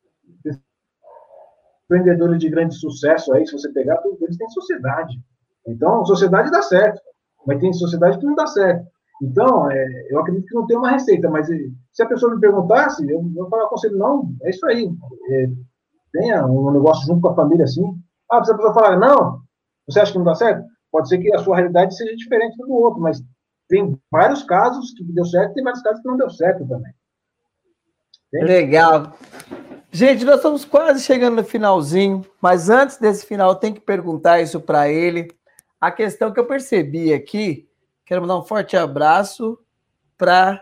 Empreendedores de grande sucesso aí, se você pegar, todos eles têm sociedade. Então, sociedade dá certo, mas tem sociedade que não dá certo. Então, é, eu acredito que não tem uma receita, mas se a pessoa me perguntasse, eu vou falar com você, não, é isso aí. É, tenha um negócio junto com a família assim. Ah, se a pessoa falar, não, você acha que não dá certo? Pode ser que a sua realidade seja diferente do outro, mas tem vários casos que deu certo e tem vários casos que não deu certo também. Entende? Legal. Gente, nós estamos quase chegando no finalzinho, mas antes desse final, eu tenho que perguntar isso para ele. A questão que eu percebi aqui, quero mandar um forte abraço para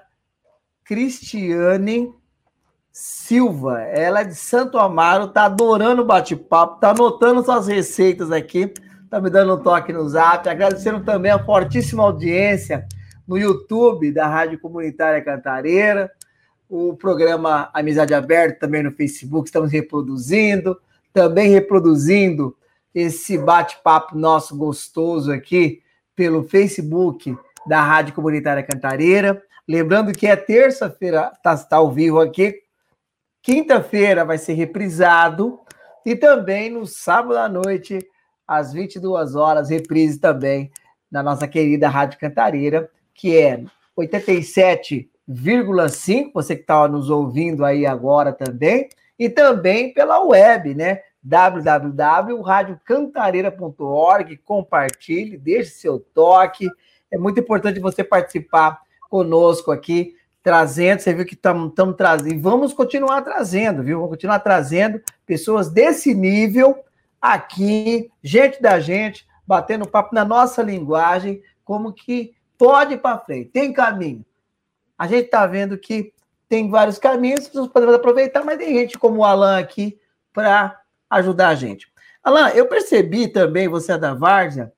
Cristiane Silva. Ela é de Santo Amaro, está adorando o bate-papo, está anotando suas receitas aqui, está me dando um toque no zap, agradecendo também a fortíssima audiência no YouTube da Rádio Comunitária Cantareira, o programa Amizade Aberta também no Facebook, estamos reproduzindo, também reproduzindo esse bate-papo nosso gostoso aqui pelo Facebook da Rádio Comunitária Cantareira. Lembrando que é terça-feira, está tá ao vivo aqui, quinta-feira vai ser reprisado e também no sábado à noite, às vinte e duas horas, reprise também na nossa querida Rádio Cantareira, que é oitenta e sete vírgula cinco, você que está nos ouvindo aí agora também, e também pela web, né? w w w ponto rádio cantareira ponto org, compartilhe, deixe seu toque, é muito importante você participar conosco aqui, trazendo, você viu que estamos trazendo, e vamos continuar trazendo, viu? Vamos continuar trazendo pessoas desse nível aqui, gente da gente, batendo papo na nossa linguagem, como que pode ir para frente, tem caminho. A gente está vendo que tem vários caminhos, nós podemos aproveitar, mas tem gente como o Alan aqui para ajudar a gente. Alan, eu percebi também, você é da Várzea,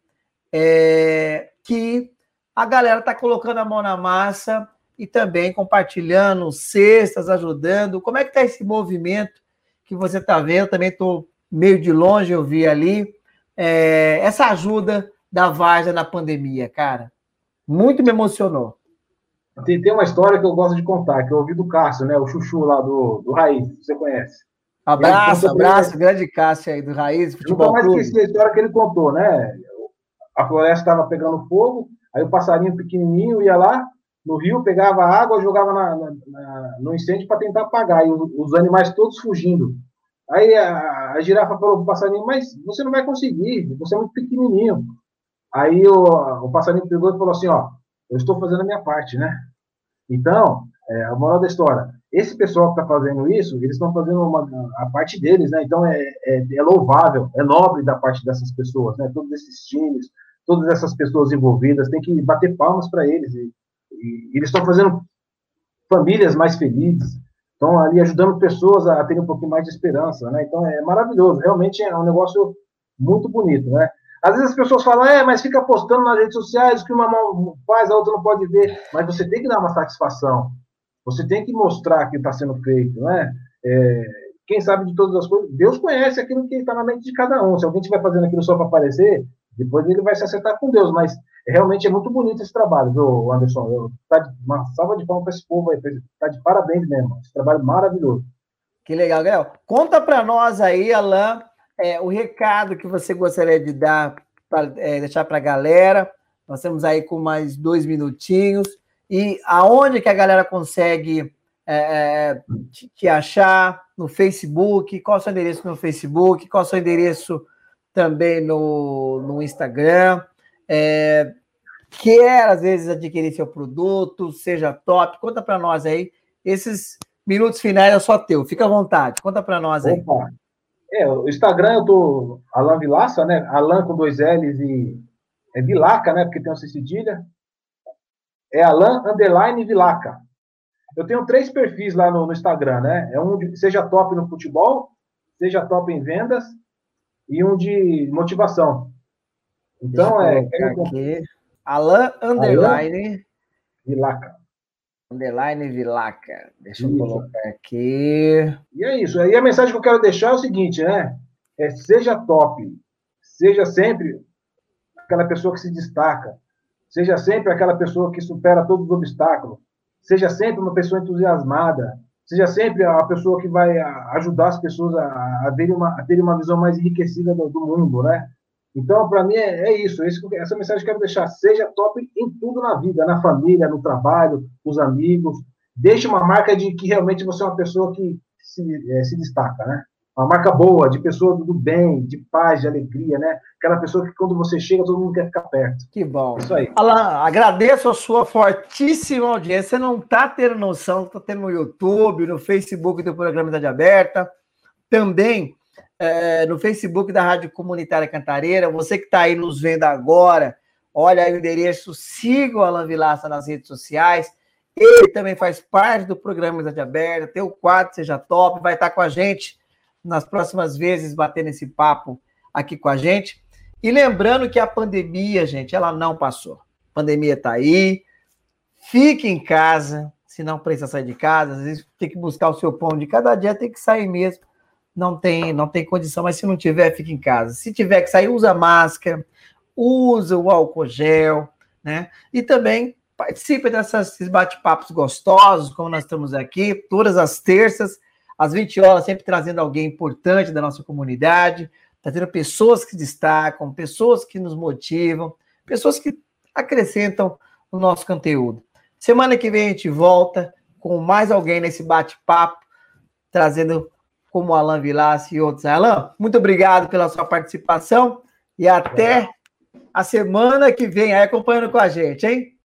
é, que a galera está colocando a mão na massa e também compartilhando cestas, ajudando. Como é que está esse movimento que você está vendo? Também estou meio de longe, eu vi ali. É, essa ajuda da Várzea na pandemia, cara, muito me emocionou. Tem, tem uma história que eu gosto de contar, que eu ouvi do Cássio, né? O Chuchu lá do, do Raiz, você conhece. Abraço, abraço, ele... grande Cássio aí do Raiz, Futebol Nunca mais Clube. esqueci a história que ele contou, né? A floresta estava pegando fogo, aí o passarinho pequenininho ia lá no rio, pegava água, jogava na, na, na, no incêndio para tentar apagar, e os, os animais todos fugindo. Aí a, a girafa falou pro passarinho, mas você não vai conseguir, você é muito pequenininho. Aí o, o passarinho pegou e falou assim, ó, eu estou fazendo a minha parte, né? Então, é, a moral da história, esse pessoal que está fazendo isso, eles estão fazendo uma, a parte deles, né? Então é, é, é louvável, é nobre da parte dessas pessoas, né? Todos esses times, todas essas pessoas envolvidas, tem que bater palmas para eles. E, e, e eles estão fazendo famílias mais felizes, estão ali ajudando pessoas a terem um pouquinho mais de esperança, né? Então é maravilhoso, realmente é um negócio muito bonito, né? Às vezes as pessoas falam, é, mas fica postando nas redes sociais que uma mão faz, a outra não pode ver. Mas você tem que dar uma satisfação. Você tem que mostrar que está sendo feito, né? É, quem sabe de todas as coisas, Deus conhece aquilo que está na mente de cada um. Se alguém estiver fazendo aquilo só para aparecer, depois ele vai se acertar com Deus. Mas realmente é muito bonito esse trabalho, viu, Anderson? Eu, tá de, uma salva de palmas para esse povo aí. Está de parabéns mesmo. Esse trabalho maravilhoso. Que legal, Gael. Conta para nós aí, Alan, É, o recado que você gostaria de dar, pra, é, deixar para a galera. Nós estamos aí com mais dois minutinhos. E aonde que a galera consegue é, te, te achar? No Facebook? Qual é o seu endereço no Facebook? Qual é o seu endereço também no, no Instagram? É, quer, às vezes, adquirir seu produto, seja top. Conta para nós aí. Esses minutos finais é só teu. Fica à vontade. Conta para nós aí. Opa. É, o Instagram eu tô Alan Vilaça, né? Alan com dois L's e é Vilaca, né? Porque tem uma cedilha. É Alan underline Vilaca. Eu tenho três perfis lá no, no Instagram, né? É um de seja top no futebol, seja top em vendas e um de motivação. Então é aqui. Alan underline Alan Vilaca. Underline Vilaca. Deixa eu isso. colocar aqui. E é isso. Aí a mensagem que eu quero deixar é o seguinte, né? É, seja top. Seja sempre aquela pessoa que se destaca. Seja sempre aquela pessoa que supera todos os obstáculos. Seja sempre uma pessoa entusiasmada. Seja sempre a pessoa que vai ajudar as pessoas a, a, terem, uma, a terem uma visão mais enriquecida do, do mundo, né? Então, para mim, é, é isso. Essa mensagem que eu quero deixar. Seja top em tudo na vida, na família, no trabalho, com os amigos. Deixe uma marca de que realmente você é uma pessoa que se, é, se destaca, né? Uma marca boa, de pessoa do bem, de paz, de alegria, né? Aquela pessoa que quando você chega, todo mundo quer ficar perto. Que bom. Isso aí. Alan, agradeço a sua fortíssima audiência. Você não está tendo noção, está tendo no YouTube, no Facebook do Programa Idade Aberta. Também... É, no Facebook da Rádio Comunitária Cantareira. Você que está aí nos vendo agora, olha aí o endereço, siga o Alan Vilaça nas redes sociais. Ele também faz parte do programa Idade Aberta, tem o quadro Seja Top, vai estar com a gente nas próximas vezes, batendo esse papo aqui com a gente. E lembrando que a pandemia, gente, ela não passou. A pandemia está aí, fique em casa, se não precisa sair de casa, às vezes tem que buscar o seu pão de cada dia, tem que sair mesmo. Não tem, não tem condição, mas se não tiver, fica em casa. Se tiver que sair, usa máscara, usa o álcool gel, né? E também participe desses bate-papos gostosos, como nós estamos aqui, todas as terças, às vinte horas, sempre trazendo alguém importante da nossa comunidade, trazendo pessoas que destacam, pessoas que nos motivam, pessoas que acrescentam no nosso conteúdo. Semana que vem a gente volta com mais alguém nesse bate-papo, trazendo... como o Alan Vilaça e outros. Alan, muito obrigado pela sua participação e até a semana que vem, aí acompanhando com a gente, hein?